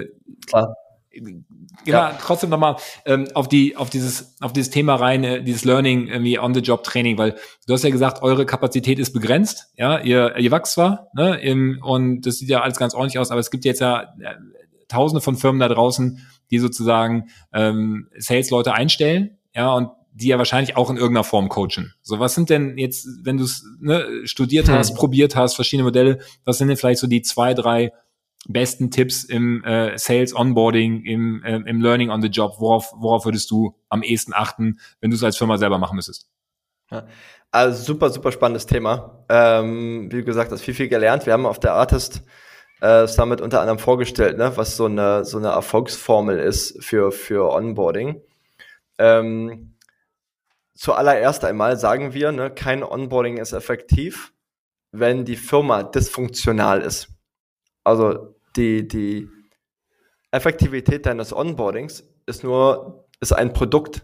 Ja, trotzdem nochmal auf dieses Thema rein, dieses Learning, irgendwie On-the-Job-Training, weil du hast ja gesagt, eure Kapazität ist begrenzt, ja, ihr wächst zwar, und das sieht ja alles ganz ordentlich aus, aber es gibt jetzt ja Tausende von Firmen da draußen, die sozusagen Sales-Leute einstellen, ja, und die ja wahrscheinlich auch in irgendeiner Form coachen. So, was sind denn jetzt, wenn du es studiert hast, probiert hast, verschiedene Modelle, was sind denn vielleicht so die 2, 3 besten Tipps im Sales Onboarding, im Learning on the Job? Worauf würdest du am ehesten achten, wenn du es als Firma selber machen müsstest? Ja, also super, super spannendes Thema. Wie du gesagt hast, viel gelernt. Wir haben auf der Artist Summit unter anderem vorgestellt, was so eine Erfolgsformel ist für Onboarding. zuallererst einmal sagen wir, ne, kein Onboarding ist effektiv, wenn die Firma dysfunktional ist. Also die Effektivität deines Onboardings ist ein Produkt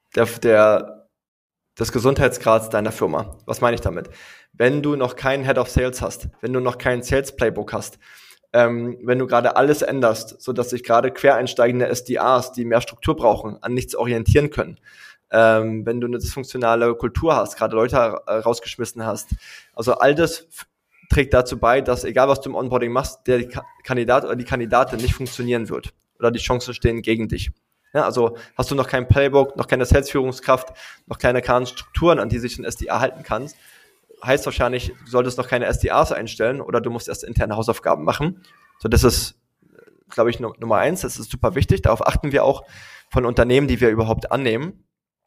des Gesundheitsgrads deiner Firma. Was meine ich damit? Wenn du noch keinen Head of Sales hast, wenn du noch keinen Sales Playbook hast, wenn du gerade alles änderst, sodass sich gerade quereinsteigende SDRs, die mehr Struktur brauchen, an nichts orientieren können, wenn du eine dysfunktionale Kultur hast, gerade Leute rausgeschmissen hast. Also all das trägt dazu bei, dass egal was du im Onboarding machst, der Kandidat oder die Kandidatin nicht funktionieren wird oder die Chancen stehen gegen dich. Ja, also hast du noch kein Playbook, noch keine Sales-Führungskraft, noch keine klaren Strukturen, an die sich ein SDR halten kannst, heißt wahrscheinlich, du solltest noch keine SDRs einstellen oder du musst erst interne Hausaufgaben machen. So, das ist, glaube ich, Nummer 1. Das ist super wichtig. Darauf achten wir auch von Unternehmen, die wir überhaupt annehmen.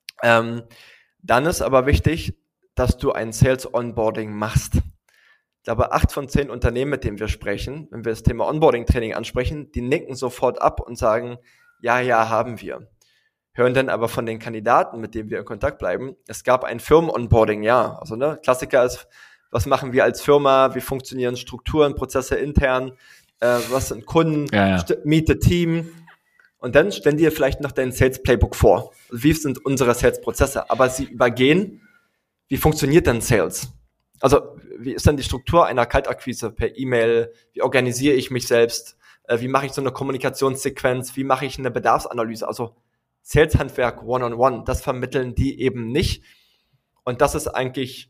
Dann ist aber wichtig, dass du ein Sales-Onboarding machst. Ich glaube, 8 von 10 Unternehmen, mit denen wir sprechen, wenn wir das Thema Onboarding-Training ansprechen, die nicken sofort ab und sagen, ja, haben wir. Hören dann aber von den Kandidaten, mit denen wir in Kontakt bleiben, es gab ein Firmen-Onboarding, ja. Also ne, Klassiker ist, was machen wir als Firma, wie funktionieren Strukturen, Prozesse intern, was sind Kunden, meet the team. Und dann stellen die dir vielleicht noch dein Sales-Playbook vor. Wie sind unsere Sales-Prozesse? Aber sie übergehen, wie funktioniert denn Sales? Also wie ist dann die Struktur einer Kaltakquise per E-Mail? Wie organisiere ich mich selbst? Wie mache ich so eine Kommunikationssequenz? Wie mache ich eine Bedarfsanalyse? Also Sales-Handwerk One-on-One, das vermitteln die eben nicht. Und das ist eigentlich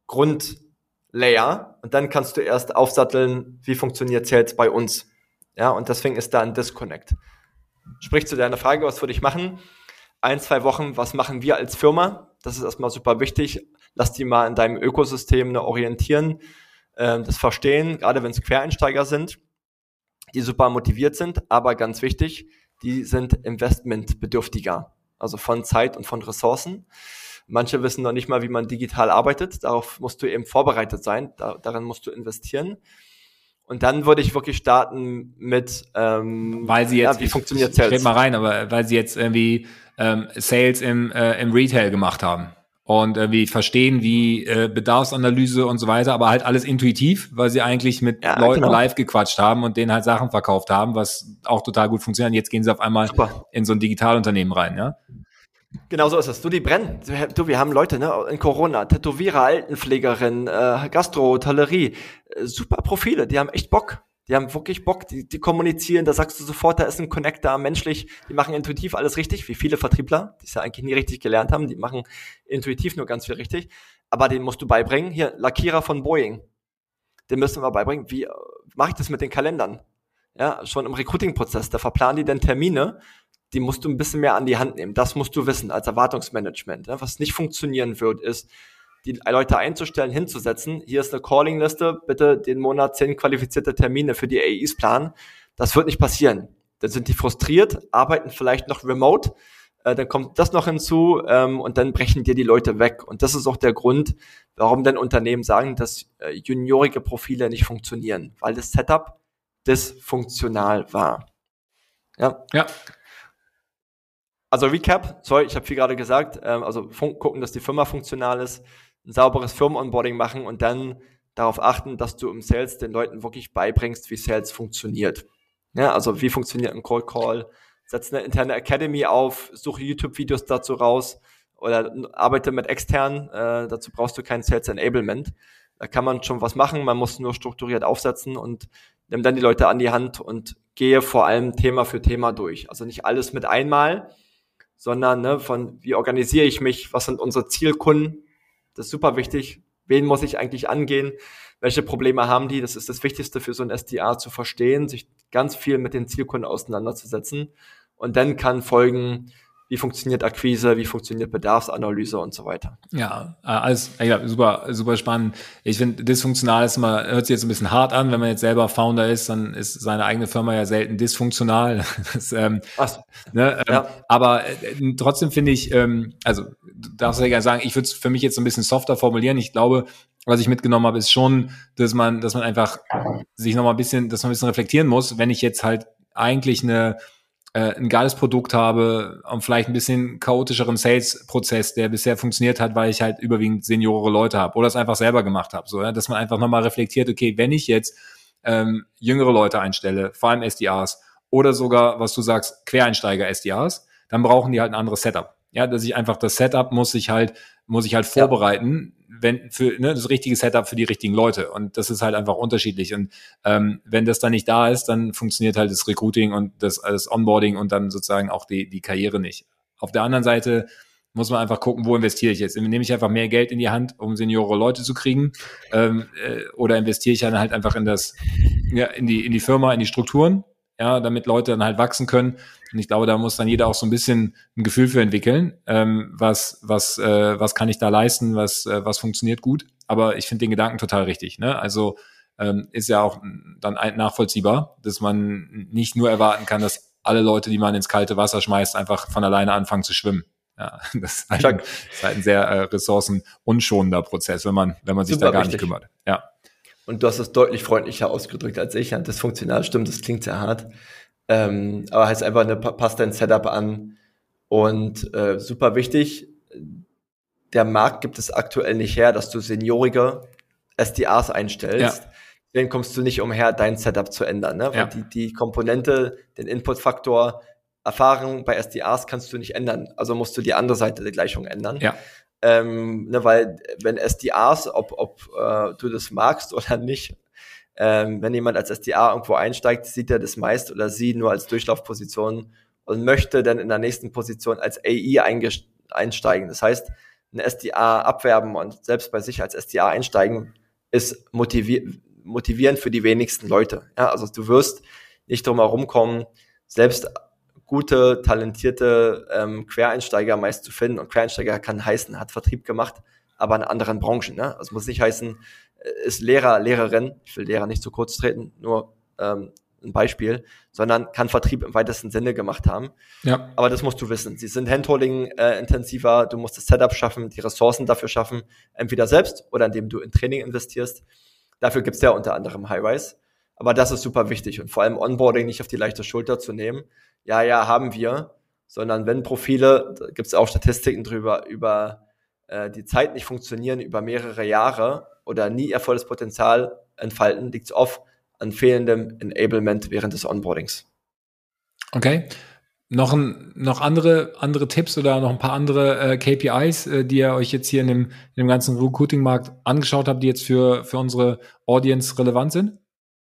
Grundlayer. Und dann kannst du erst aufsatteln, wie funktioniert Sales bei uns. Ja, und deswegen ist da ein Disconnect. Sprich zu deiner Frage, was würde ich machen? 1-2 Wochen, was machen wir als Firma? Das ist erstmal super wichtig. Lass die mal in deinem Ökosystem orientieren, das verstehen, gerade wenn es Quereinsteiger sind, die super motiviert sind, aber ganz wichtig, die sind investmentbedürftiger, also von Zeit und von Ressourcen. Manche wissen noch nicht mal, wie man digital arbeitet. Darauf musst du eben vorbereitet sein. Daran musst du investieren. Und dann würde ich wirklich starten mit, weil sie jetzt, wie funktioniert Sales? Ich mal rein, aber weil sie jetzt irgendwie Sales im Retail gemacht haben und irgendwie verstehen, wie Bedarfsanalyse und so weiter, aber halt alles intuitiv, weil sie eigentlich mit Leuten live gequatscht haben und denen halt Sachen verkauft haben, was auch total gut funktioniert. Jetzt gehen sie auf einmal in so ein Digitalunternehmen rein, ja? Genau so ist es. Die brennen. Wir haben Leute, ne, in Corona, Tätowierer, Altenpflegerin, Gastro, Hotellerie, super Profile, die haben echt Bock. Die haben wirklich Bock, die kommunizieren, da sagst du sofort, da ist ein Connector, menschlich, die machen intuitiv alles richtig, wie viele Vertriebler, die es ja eigentlich nie richtig gelernt haben, die machen intuitiv nur ganz viel richtig, aber den musst du beibringen. Hier, Lackierer von Boeing, den müssen wir beibringen, wie mache ich das mit den Kalendern? Ja, schon im Recruiting-Prozess, da verplanen die dann Termine, die musst du ein bisschen mehr an die Hand nehmen. Das musst du wissen als Erwartungsmanagement. Was nicht funktionieren wird, ist, die Leute einzustellen, hinzusetzen. Hier ist eine Calling-Liste, bitte den Monat 10 qualifizierte Termine für die AEs planen. Das wird nicht passieren. Dann sind die frustriert, arbeiten vielleicht noch remote, dann kommt das noch hinzu und dann brechen dir die Leute weg. Und das ist auch der Grund, warum dann Unternehmen sagen, dass juniorige Profile nicht funktionieren, weil das Setup dysfunktional war. Ja. Also Recap, ich habe viel gerade gesagt, also gucken, dass die Firma funktional ist, ein sauberes Firmen-Onboarding machen und dann darauf achten, dass du im Sales den Leuten wirklich beibringst, wie Sales funktioniert. Ja, also wie funktioniert ein Cold Call, setz eine interne Academy auf, suche YouTube-Videos dazu raus oder arbeite mit externen, dazu brauchst du kein Sales Enablement. Da kann man schon was machen, man muss nur strukturiert aufsetzen und nimm dann die Leute an die Hand und gehe vor allem Thema für Thema durch. Also nicht alles mit einmal, sondern von wie organisiere ich mich, was sind unsere Zielkunden, das ist super wichtig, wen muss ich eigentlich angehen, welche Probleme haben die, das ist das Wichtigste für so ein SDA zu verstehen, sich ganz viel mit den Zielkunden auseinanderzusetzen und dann kann folgen, wie funktioniert Akquise, wie funktioniert Bedarfsanalyse und so weiter. Ja, alles super, super spannend. Ich finde, dysfunktional ist immer, hört sich jetzt ein bisschen hart an, wenn man jetzt selber Founder ist, dann ist seine eigene Firma ja selten dysfunktional. Aber trotzdem finde ich, also du darfst ja gerne sagen, ich würde es für mich jetzt so ein bisschen softer formulieren. Ich glaube, was ich mitgenommen habe, ist schon, dass man einfach sich noch mal ein bisschen reflektieren muss, wenn ich jetzt halt eigentlich eine ein geiles Produkt habe und vielleicht ein bisschen chaotischeren Sales-Prozess, der bisher funktioniert hat, weil ich halt überwiegend seniore Leute habe oder es einfach selber gemacht habe. So, ja, dass man einfach nochmal reflektiert, okay, wenn ich jetzt jüngere Leute einstelle, vor allem SDRs oder sogar, was du sagst, Quereinsteiger-SDRs, dann brauchen die halt ein anderes Setup. Ja, dass ich einfach das Setup muss ich halt vorbereiten, wenn für das richtige Setup für die richtigen Leute. Und das ist halt einfach unterschiedlich. Und wenn das dann nicht da ist, dann funktioniert halt das Recruiting und das Onboarding und dann sozusagen auch die Karriere nicht. Auf der anderen Seite muss man einfach gucken, wo investiere ich jetzt? Nehme ich einfach mehr Geld in die Hand, um seniore Leute zu kriegen, oder investiere ich dann halt einfach in die Firma, in die Strukturen, ja, damit Leute dann halt wachsen können. Und ich glaube, da muss dann jeder auch so ein bisschen ein Gefühl für entwickeln, was kann ich da leisten, was funktioniert gut. Aber ich finde den Gedanken total richtig, ne? Also ist ja auch dann nachvollziehbar, dass man nicht nur erwarten kann, dass alle Leute, die man ins kalte Wasser schmeißt, einfach von alleine anfangen zu schwimmen. Ja, das ist halt ein sehr ressourcenunschonender Prozess, wenn man sich da gar nicht kümmert. Ja. Und du hast es deutlich freundlicher ausgedrückt als ich. Das funktional stimmt, das klingt sehr hart. Aber heißt einfach, passt dein Setup an. Und super wichtig, der Markt gibt es aktuell nicht her, dass du seniorige SDRs einstellst. Ja. Dann kommst du nicht umher, dein Setup zu ändern. Ne? Weil die Komponente, den Inputfaktor, Erfahrung bei SDRs kannst du nicht ändern. Also musst du die andere Seite der Gleichung ändern. Ja. Weil wenn SDRs, ob du das magst oder nicht, wenn jemand als SDR irgendwo einsteigt, sieht er das meist oder sie nur als Durchlaufposition und möchte dann in der nächsten Position als AI einsteigen. Das heißt, ein SDR abwerben und selbst bei sich als SDR einsteigen, ist motivierend für die wenigsten Leute. Ja, also du wirst nicht drum herum kommen, selbst gute, talentierte Quereinsteiger meist zu finden. Und Quereinsteiger kann heißen, hat Vertrieb gemacht, aber in anderen Branchen. Ne? Also muss nicht heißen, ist Lehrer, Lehrerin, ich will Lehrer nicht zu kurz treten, nur ein Beispiel, sondern kann Vertrieb im weitesten Sinne gemacht haben. Ja. Aber das musst du wissen. Sie sind Handholding intensiver, du musst das Setup schaffen, die Ressourcen dafür schaffen, entweder selbst oder indem du in Training investierst. Dafür gibt's ja unter anderem Highrise. Aber das ist super wichtig und vor allem Onboarding nicht auf die leichte Schulter zu nehmen. Ja, haben wir, sondern wenn Profile, da gibt es auch Statistiken drüber, über die Zeit nicht funktionieren, über mehrere Jahre oder nie ihr volles Potenzial entfalten, liegt es oft an fehlendem Enablement während des Onboardings. Okay. Noch andere Tipps oder noch ein paar andere KPIs, die ihr euch jetzt hier in dem ganzen Recruiting-Markt angeschaut habt, die jetzt für unsere Audience relevant sind?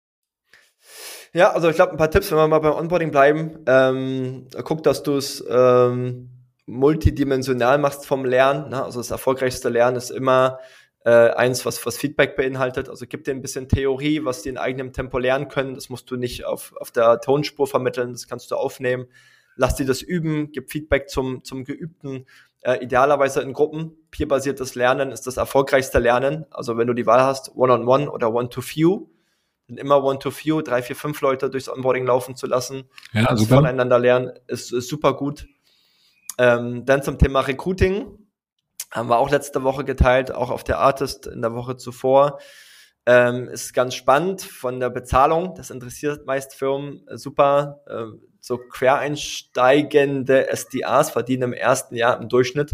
Ja, also ich glaube, ein paar Tipps, wenn wir mal beim Onboarding bleiben. Guck, dass du es multidimensional machst vom Lernen. Ne? Also das erfolgreichste Lernen ist immer eins, was Feedback beinhaltet. Also gib dir ein bisschen Theorie, was die in eigenem Tempo lernen können. Das musst du nicht auf der Tonspur vermitteln, das kannst du aufnehmen. Lass die das üben, gib Feedback zum Geübten. Idealerweise in Gruppen. Peer-basiertes Lernen ist das erfolgreichste Lernen. Also wenn du die Wahl hast, One-on-One oder One-to-Few, immer One-to-Few, 3, 4, 5 Leute durchs Onboarding laufen zu lassen, also voneinander lernen, ist super gut. Dann zum Thema Recruiting, haben wir auch letzte Woche geteilt, auch auf der Artist in der Woche zuvor. Ist ganz spannend von der Bezahlung, das interessiert meist Firmen super. So quereinsteigende SDRs verdienen im ersten Jahr im Durchschnitt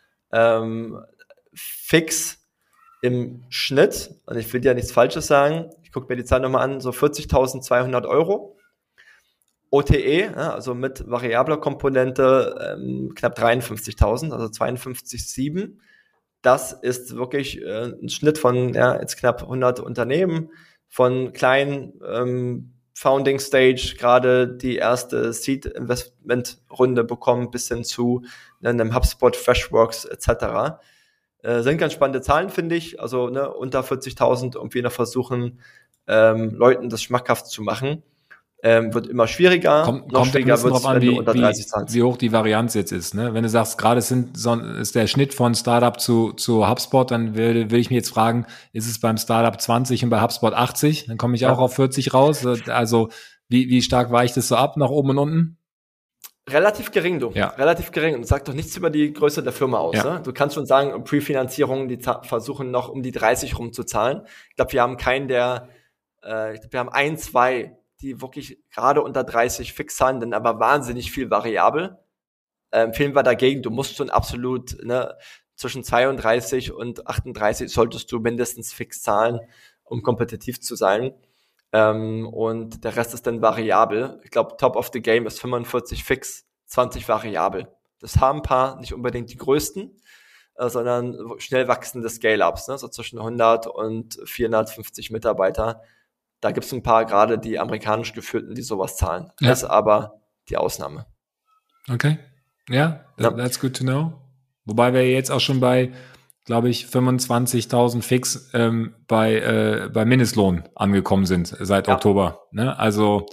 fix im Schnitt, und ich will dir ja nichts Falsches sagen, ich gucke mir die Zahl nochmal an, so 40.200 Euro. OTE, also mit variabler Komponente, knapp 53.000, also 52,7. Das ist wirklich ein Schnitt von jetzt knapp 100 Unternehmen, von kleinen Founding Stage, gerade die erste Seed-Investment-Runde bekommen, bis hin zu einem HubSpot, Freshworks etc. Sind ganz spannende Zahlen, finde ich. Also unter 40.000 irgendwie noch versuchen, Leuten das schmackhaft zu machen. Wird immer schwieriger. Kommt schwieriger wird es, wenn du unter 30 zahlst. Wie hoch die Varianz jetzt ist. Ne? Wenn du sagst, gerade ist der Schnitt von Startup zu HubSpot, dann will ich mich jetzt fragen, ist es beim Startup 20 und bei HubSpot 80? Dann komme ich auch auf 40 raus. Also wie stark weicht es so ab, nach oben und unten? Relativ gering, du. Ja. Relativ gering. Und sagt doch nichts über die Größe der Firma aus. Ja. Ne? Du kannst schon sagen, Pre-Finanzierung, die versuchen noch um die 30 rumzuzahlen. Ich glaube, wir haben keinen, wir haben 1, 2, die wirklich gerade unter 30 fix zahlen, dann aber wahnsinnig viel variabel. Empfehlen wir dagegen, du musst schon absolut, ne, zwischen 32 und 38 solltest du mindestens fix zahlen, um kompetitiv zu sein. Und der Rest ist dann variabel. Ich glaube, Top of the Game ist 45 fix, 20 variabel. Das haben ein paar, nicht unbedingt die größten, sondern schnell wachsende Scale-Ups, ne? So zwischen 100 und 450 Mitarbeiter. Da gibt es ein paar, gerade die amerikanisch geführten, die sowas zahlen. Ja. Das ist aber die Ausnahme. Okay. Ja, that's good to know. Wobei wir jetzt auch schon bei, glaube ich, 25.000 fix bei Mindestlohn angekommen sind seit Oktober. Ne? Also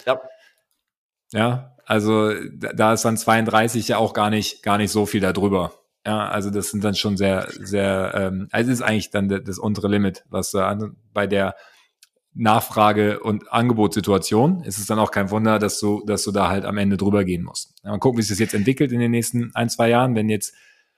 also da ist dann 32 ja auch gar nicht so viel darüber. Ja, also das sind dann schon sehr, sehr, also es ist eigentlich dann das untere Limit, was bei der Nachfrage- und Angebotssituation ist es dann auch kein Wunder, dass du da halt am Ende drüber gehen musst. Ja, mal gucken, wie sich das jetzt entwickelt in den nächsten 1-2 Jahren, wenn jetzt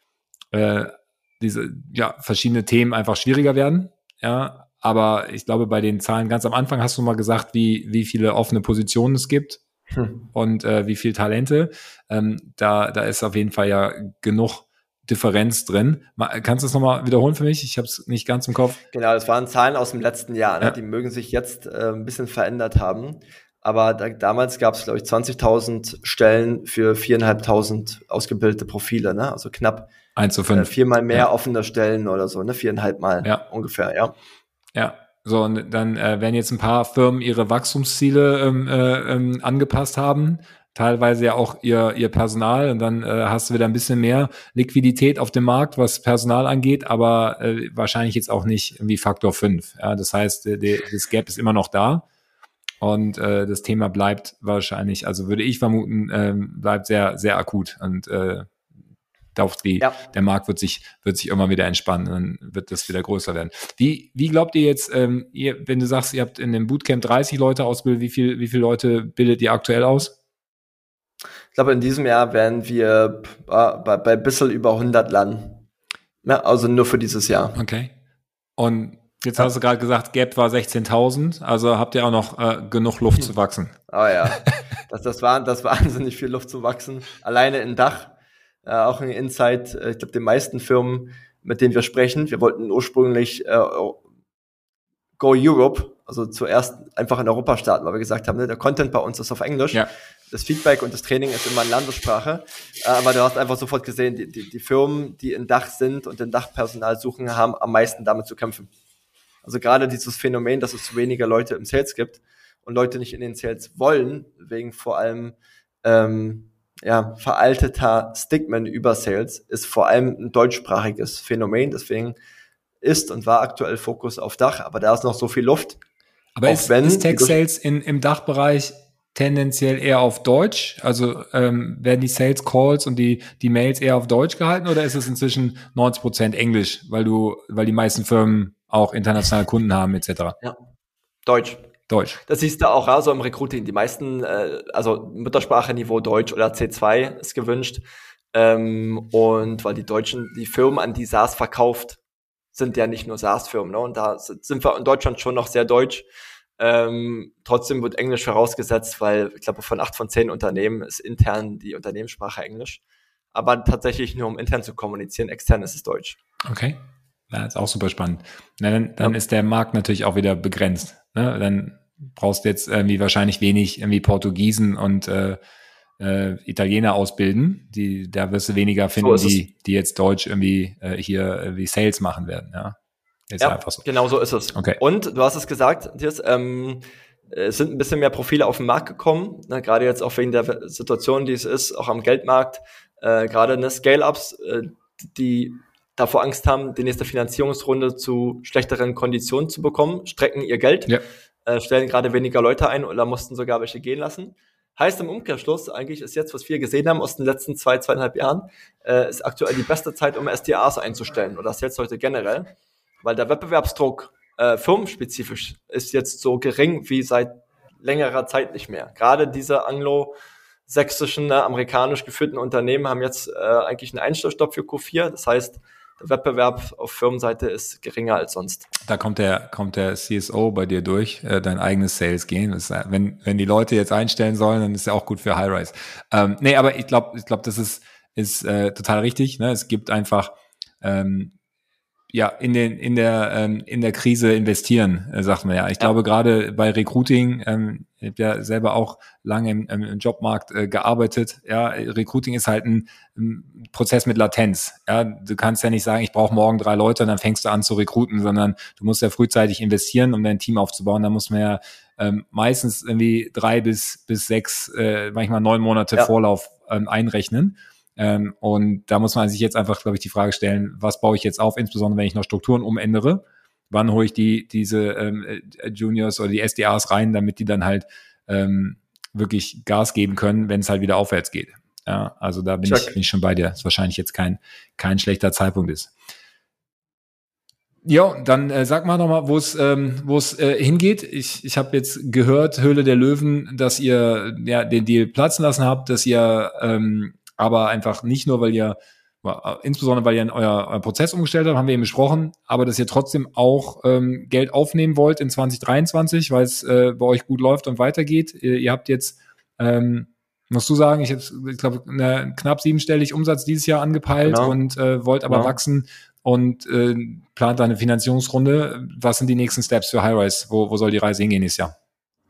diese verschiedene Themen einfach schwieriger werden. Ja, aber ich glaube, bei den Zahlen ganz am Anfang hast du mal gesagt, wie viele offene Positionen es gibt und wie viel Talente. Da ist auf jeden Fall ja genug Differenz drin. Kannst du es nochmal wiederholen für mich? Ich habe es nicht ganz im Kopf. Genau, das waren Zahlen aus dem letzten Jahr. Ne? Ja. Die mögen sich jetzt ein bisschen verändert haben. Aber damals gab es, glaube ich, 20.000 Stellen für 4.500 ausgebildete Profile. Ne? Also knapp 1:5. 4-mal mehr offene Stellen oder so. Ne? 4,5 Mal ungefähr, ja. Ja, so und dann werden jetzt ein paar Firmen ihre Wachstumsziele angepasst haben. Teilweise ja auch ihr Personal und dann hast du wieder ein bisschen mehr Liquidität auf dem Markt, was Personal angeht, aber wahrscheinlich jetzt auch nicht irgendwie Faktor 5. Ja, das heißt, das Gap ist immer noch da und das Thema bleibt wahrscheinlich, also würde ich vermuten, bleibt sehr, sehr akut und der Markt wird sich irgendwann wieder entspannen, dann wird das wieder größer werden. Wie glaubt ihr jetzt, wenn du sagst, ihr habt in dem Bootcamp 30 Leute ausgebildet, wie viele Leute bildet ihr aktuell aus? Ich glaube, in diesem Jahr werden wir bei ein bisschen über 100 landen. Ja, also nur für dieses Jahr. Okay. Und jetzt hast du gerade gesagt, Gap war 16.000, also habt ihr auch noch genug Luft zu wachsen. Oh ja, das war wahnsinnig viel Luft zu wachsen. Alleine in Dach, auch ein Insight, ich glaube, den meisten Firmen, mit denen wir sprechen, wir wollten ursprünglich Go Europe, also zuerst einfach in Europa starten, weil wir gesagt haben, ne, der Content bei uns ist auf Englisch. Ja. Das Feedback und das Training ist immer in Landessprache. Aber du hast einfach sofort gesehen, die Firmen, die in Dach sind und in Dachpersonal suchen, haben am meisten damit zu kämpfen. Also gerade dieses Phänomen, dass es zu weniger Leute im Sales gibt und Leute nicht in den Sales wollen, wegen vor allem veralteter Stigmen über Sales, ist vor allem ein deutschsprachiges Phänomen. Deswegen ist und war aktuell Fokus auf Dach, aber da ist noch so viel Luft. Aber ist Tech Sales im Dachbereich tendenziell eher auf Deutsch? Also werden die Sales Calls und die Mails eher auf Deutsch gehalten oder ist es inzwischen 90% Englisch, weil die meisten Firmen auch internationale Kunden haben etc.? Ja, Deutsch. Das siehst du auch also im Recruiting. Die meisten, also Mutterspracheniveau Deutsch oder C2 ist gewünscht. Und weil die Firmen, an die SaaS verkauft, sind ja nicht nur SaaS-Firmen. Ne? Und da sind wir in Deutschland schon noch sehr deutsch. Trotzdem wird Englisch vorausgesetzt, weil ich glaube, von 8 von 10 Unternehmen ist intern die Unternehmenssprache Englisch. Aber tatsächlich nur, um intern zu kommunizieren, extern ist es Deutsch. Okay, das ist auch super spannend. Dann ist der Markt natürlich auch wieder begrenzt. Ne? Dann brauchst du jetzt irgendwie wahrscheinlich wenig irgendwie Portugiesen und Italiener ausbilden. Da wirst du weniger finden, die jetzt Deutsch irgendwie hier irgendwie Sales machen werden. Ja. Ist einfach so. Genau so ist es. Okay. Und du hast es gesagt, Nils, es sind ein bisschen mehr Profile auf den Markt gekommen, ne, gerade jetzt auch wegen der Situation, die es ist, auch am Geldmarkt, gerade Scale-Ups, die davor Angst haben, die nächste Finanzierungsrunde zu schlechteren Konditionen zu bekommen, strecken ihr Geld, stellen gerade weniger Leute ein oder mussten sogar welche gehen lassen. Heißt im Umkehrschluss, eigentlich ist jetzt, was wir gesehen haben aus den letzten 2,5 Jahren, ist aktuell die beste Zeit, um SDAs einzustellen oder Sales heute generell. Weil der Wettbewerbsdruck firmenspezifisch ist jetzt so gering wie seit längerer Zeit nicht mehr. Gerade diese anglo-sächsischen, amerikanisch geführten Unternehmen haben jetzt eigentlich einen Einstellstopp für Q4. Das heißt, Der Wettbewerb auf Firmenseite ist geringer als sonst. Da kommt der CSO bei dir durch, dein eigenes Sales gehen. Wenn die Leute jetzt einstellen sollen, dann ist ja auch gut für High-Rise. Nee, aber ich glaube, das ist total richtig. Ne? Es gibt einfach in der Krise investieren, sagt man ja. Ich glaube, gerade bei Recruiting, ich habe ja selber auch lange im Jobmarkt gearbeitet. Ja, Recruiting ist halt ein Prozess mit Latenz. Ja, du kannst ja nicht sagen, ich brauche morgen 3 Leute und dann fängst du an zu recruiten, sondern du musst ja frühzeitig investieren, um dein Team aufzubauen. Da muss man ja meistens irgendwie 3 bis 6, manchmal 9 Monate Vorlauf einrechnen. Und da muss man sich jetzt einfach, glaube ich, die Frage stellen, was baue ich jetzt auf, insbesondere wenn ich noch Strukturen umändere, wann hole ich diese Juniors oder die SDAs rein, damit die dann halt wirklich Gas geben können, wenn es halt wieder aufwärts geht. Ja, also da bin ich schon bei dir, dass wahrscheinlich jetzt kein schlechter Zeitpunkt ist. Ja, dann sag mal nochmal, wo es hingeht. Ich habe jetzt gehört, Höhle der Löwen, dass ihr den Deal platzen lassen habt, dass ihr aber einfach nicht nur, insbesondere weil ihr euer Prozess umgestellt habt, haben wir eben besprochen, aber dass ihr trotzdem auch Geld aufnehmen wollt in 2023, weil es bei euch gut läuft und weitergeht. Ihr habt jetzt, musst du sagen, ich glaube, knapp 7-stellig Umsatz dieses Jahr angepeilt und wollt aber wachsen und plant da eine Finanzierungsrunde. Was sind die nächsten Steps für High-Rise? Wo soll die Reise hingehen nächstes Jahr?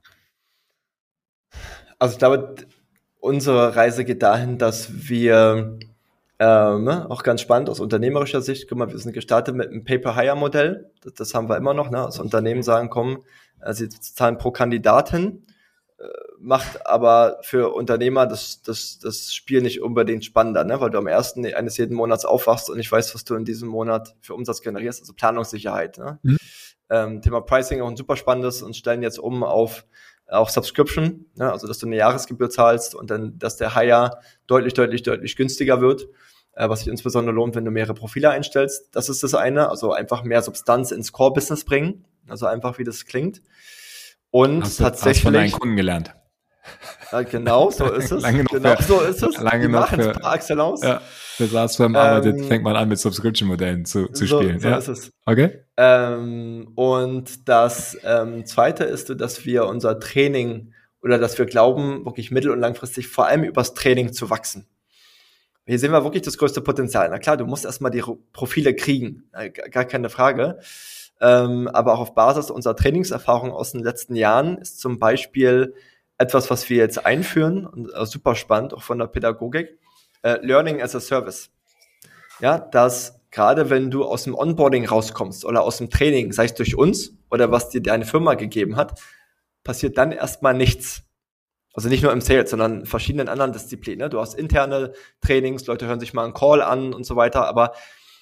Also ich glaube, unsere Reise geht dahin, dass wir auch ganz spannend aus unternehmerischer Sicht, guck mal, wir sind gestartet mit einem Pay-per-Hire-Modell, das haben wir immer noch, ne? Das Unternehmen sagen, komm, sie zahlen pro Kandidatin, macht aber für Unternehmer das Spiel nicht unbedingt spannender, ne? Weil du am ersten eines jeden Monats aufwachst und ich weiß, was du in diesem Monat für Umsatz generierst, also Planungssicherheit. Ne? Thema Pricing auch ein super spannendes und stellen jetzt um auf auch Subscription, ne? Also dass du eine Jahresgebühr zahlst und dann, dass der Hire deutlich günstiger wird, was sich insbesondere lohnt, wenn du mehrere Profile einstellst. Das ist das eine, also einfach mehr Substanz ins Core-Business bringen, also einfach wie das klingt. Und tatsächlich. Hast von deinen Kunden gelernt. Genau, so ist es. So ist es. Lange noch für par excellence. Ja, für SaaS-Firmen arbeitet, fängt man an mit Subscription-Modellen zu spielen. So ist es. Okay. Und das Zweite ist, dass wir unser Training oder dass wir glauben, wirklich mittel- und langfristig vor allem übers Training zu wachsen. Hier sehen wir wirklich das größte Potenzial. Na klar, du musst erstmal die Profile kriegen, gar keine Frage. Aber auch auf Basis unserer Trainingserfahrung aus den letzten Jahren ist zum Beispiel etwas, was wir jetzt einführen, und super spannend, auch von der Pädagogik, Learning as a Service. Ja, dass gerade wenn du aus dem Onboarding rauskommst oder aus dem Training, sei es durch uns oder was dir deine Firma gegeben hat, passiert dann erstmal nichts. Also nicht nur im Sales, sondern in verschiedenen anderen Disziplinen. Du hast interne Trainings, Leute hören sich mal einen Call an und so weiter, aber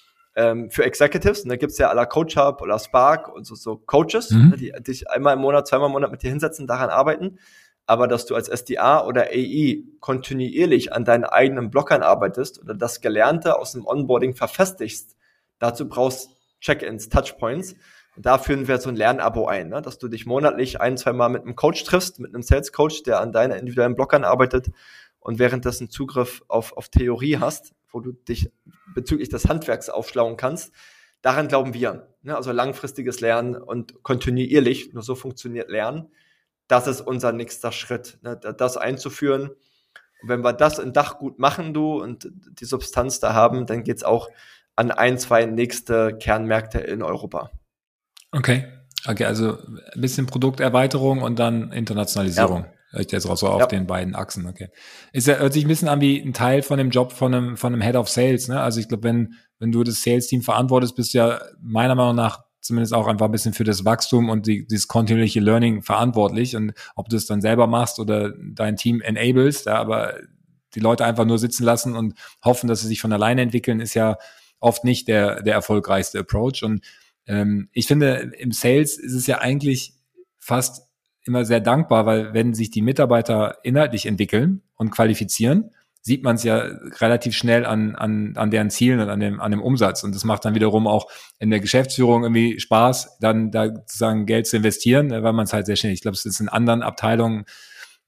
für Executives, und da gibt's ja à la Coach Hub oder Spark und so Coaches, die dich einmal im Monat, zweimal im Monat mit dir hinsetzen, daran arbeiten, aber dass du als SDA oder AI kontinuierlich an deinen eigenen Blockern arbeitest oder das Gelernte aus dem Onboarding verfestigst, dazu brauchst Check-ins, Touchpoints. Und da führen wir so ein Lernabo ein, ne? Dass du dich monatlich 1-2 Mal mit einem Coach triffst, mit einem Sales-Coach, der an deinen individuellen Blockern arbeitet und währenddessen Zugriff auf Theorie hast, wo du dich bezüglich des Handwerks aufschlauen kannst. Daran glauben wir, ne? Also langfristiges Lernen und kontinuierlich, nur so funktioniert Lernen. Das ist unser nächster Schritt, ne? Das einzuführen. Und wenn wir das in Dach gut machen, und die Substanz da haben, dann geht's auch an 1-2 nächste Kernmärkte in Europa. Okay, also ein bisschen Produkterweiterung und dann Internationalisierung. Ja. Ich jetzt auch so auf den beiden Achsen, okay. Hört sich ein bisschen an wie ein Teil von dem Job von einem Head of Sales, ne? Also ich glaube, wenn du das Sales-Team verantwortest, bist du ja meiner Meinung nach zumindest auch einfach ein bisschen für das Wachstum und dieses kontinuierliche Learning verantwortlich. Und ob du es dann selber machst oder dein Team enablest, ja, aber die Leute einfach nur sitzen lassen und hoffen, dass sie sich von alleine entwickeln, ist ja oft nicht der erfolgreichste Approach. Und ich finde, im Sales ist es ja eigentlich fast immer sehr dankbar, weil wenn sich die Mitarbeiter inhaltlich entwickeln und qualifizieren, sieht man es ja relativ schnell an deren Zielen und an dem Umsatz. Und das macht dann wiederum auch in der Geschäftsführung irgendwie Spaß, dann da sozusagen Geld zu investieren, weil man es halt sehr schnell, ich glaube, es ist in anderen Abteilungen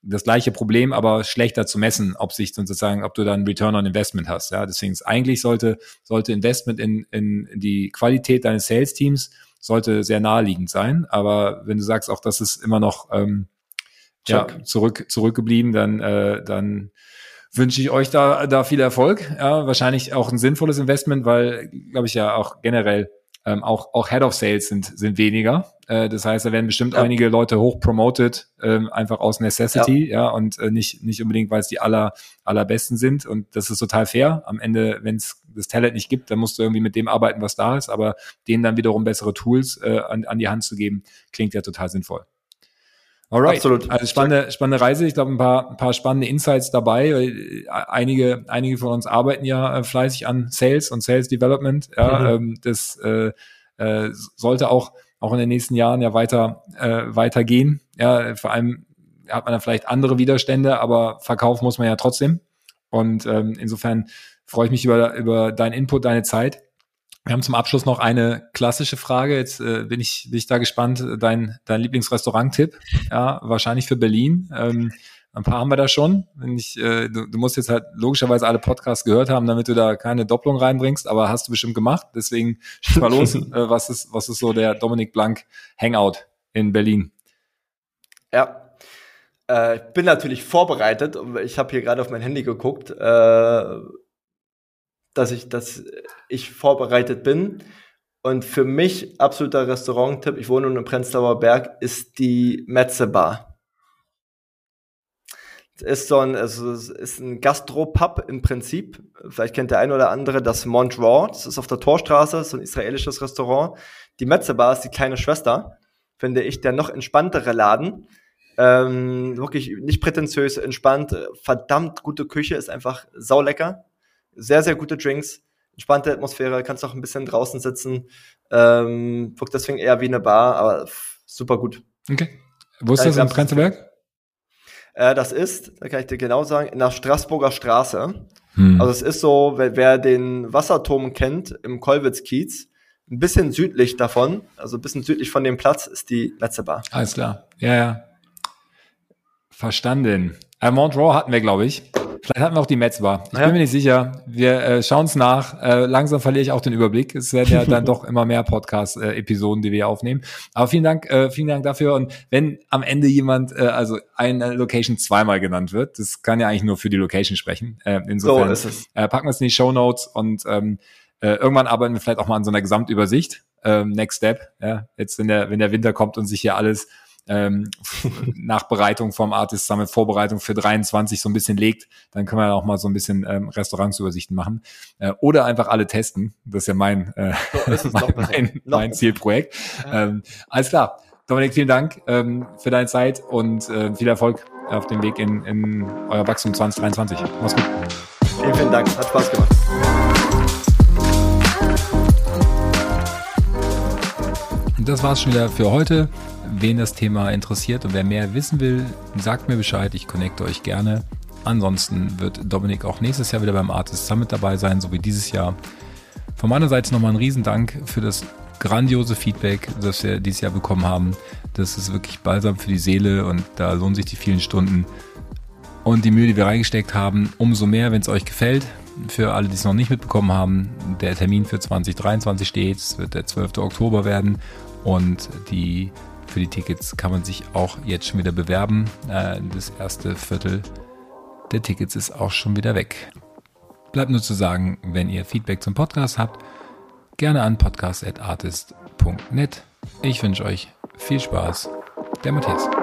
das gleiche Problem, aber schlechter zu messen, ob du da einen Return on Investment hast. Ja, deswegen eigentlich sollte Investment in die Qualität deines Sales-Teams sollte sehr naheliegend sein. Aber wenn du sagst, auch das ist immer noch zurückgeblieben, dann wünsche ich euch da viel Erfolg. Ja, wahrscheinlich auch ein sinnvolles Investment, weil, glaube ich, ja auch generell auch Head of Sales sind weniger. Das heißt, da werden bestimmt einige Leute hoch promoted, einfach aus Necessity, und nicht unbedingt, weil es die allerbesten sind. Und das ist total fair. Am Ende, wenn es das Talent nicht gibt, dann musst du irgendwie mit dem arbeiten, was da ist. Aber denen dann wiederum bessere Tools an die Hand zu geben, klingt ja total sinnvoll. Alright. Absolut. Also spannende Reise. Ich glaube, ein paar spannende Insights dabei. Einige von uns arbeiten ja fleißig an Sales und Sales Development. Ja, das sollte auch in den nächsten Jahren ja weitergehen. Ja, vor allem hat man da vielleicht andere Widerstände, aber verkaufen muss man ja trotzdem. Und insofern freue ich mich über deinen Input, deine Zeit. Wir haben zum Abschluss noch eine klassische Frage. Jetzt bin ich da gespannt. Dein Lieblingsrestaurant-Tipp? Ja, wahrscheinlich für Berlin. Ein paar haben wir da schon. Du musst jetzt halt logischerweise alle Podcasts gehört haben, damit du da keine Doppelung reinbringst, aber hast du bestimmt gemacht. Deswegen schieß mal los. Was ist so der Dominik Blank Hangout in Berlin? Ja, ich bin natürlich vorbereitet. Ich habe hier gerade auf mein Handy geguckt, dass ich vorbereitet bin. Und für mich absoluter Restaurant-Tipp, ich wohne im Prenzlauer Berg, ist die Metze Bar. Es ist ein Gastropub im Prinzip. Vielleicht kennt der ein oder andere das Montreux. Das ist auf der Torstraße, das ist ein israelisches Restaurant. Die Metze Bar ist die kleine Schwester, finde ich, der noch entspanntere Laden. Wirklich nicht prätentiös, entspannt, verdammt gute Küche, ist einfach saulecker. Sehr, sehr gute Drinks, entspannte Atmosphäre, kannst auch ein bisschen draußen sitzen. Wirkt deswegen eher wie eine Bar, aber super gut. Okay. Wo ist das im Prenzlauer Berg? Das ist, da kann ich dir genau sagen, in der Straßburger Straße. Also es ist so, wer den Wasserturm kennt, im Kollwitz-Kiez, ein bisschen südlich davon, also ein bisschen südlich von dem Platz, ist die Metze Bar. Alles klar. Ja. Verstanden. Montreux hatten wir, glaube ich. Vielleicht hatten wir auch die Metze Bar. Ich bin mir nicht sicher. Wir schauen es nach. Langsam verliere ich auch den Überblick. Es werden ja dann doch immer mehr Podcast-Episoden, die wir aufnehmen. Aber vielen Dank dafür. Und wenn am Ende jemand, also eine Location zweimal genannt wird, das kann ja eigentlich nur für die Location sprechen. Insofern so ist es. Packen wir es in die Shownotes und irgendwann arbeiten wir vielleicht auch mal an so einer Gesamtübersicht. Next Step. Ja, jetzt wenn der Winter kommt und sich hier alles Nachbereitung vom Artist Summit, Vorbereitung für 23 so ein bisschen legt, dann können wir auch mal so ein bisschen Restaurantsübersichten machen. Oder einfach alle testen. Das ist ja mein Zielprojekt. Alles klar. Dominik, vielen Dank für deine Zeit und viel Erfolg auf dem Weg in euer Wachstum 2023. Mach's gut. Vielen Dank. Hat Spaß gemacht. Und das war's schon wieder für heute. Wen das Thema interessiert und wer mehr wissen will, sagt mir Bescheid, ich connecte euch gerne. Ansonsten wird Dominik auch nächstes Jahr wieder beim Artist Summit dabei sein, so wie dieses Jahr. Von meiner Seite nochmal ein Riesendank für das grandiose Feedback, das wir dieses Jahr bekommen haben. Das ist wirklich balsam für die Seele und da lohnen sich die vielen Stunden und die Mühe, die wir reingesteckt haben. Umso mehr, wenn es euch gefällt. Für alle, die es noch nicht mitbekommen haben, der Termin für 2023 steht. Es wird der 12. Oktober werden und für die Tickets kann man sich auch jetzt schon wieder bewerben. Das erste Viertel der Tickets ist auch schon wieder weg. Bleibt nur zu sagen, wenn ihr Feedback zum Podcast habt, gerne an podcast@artist.net. Ich wünsche euch viel Spaß. Der Matthias.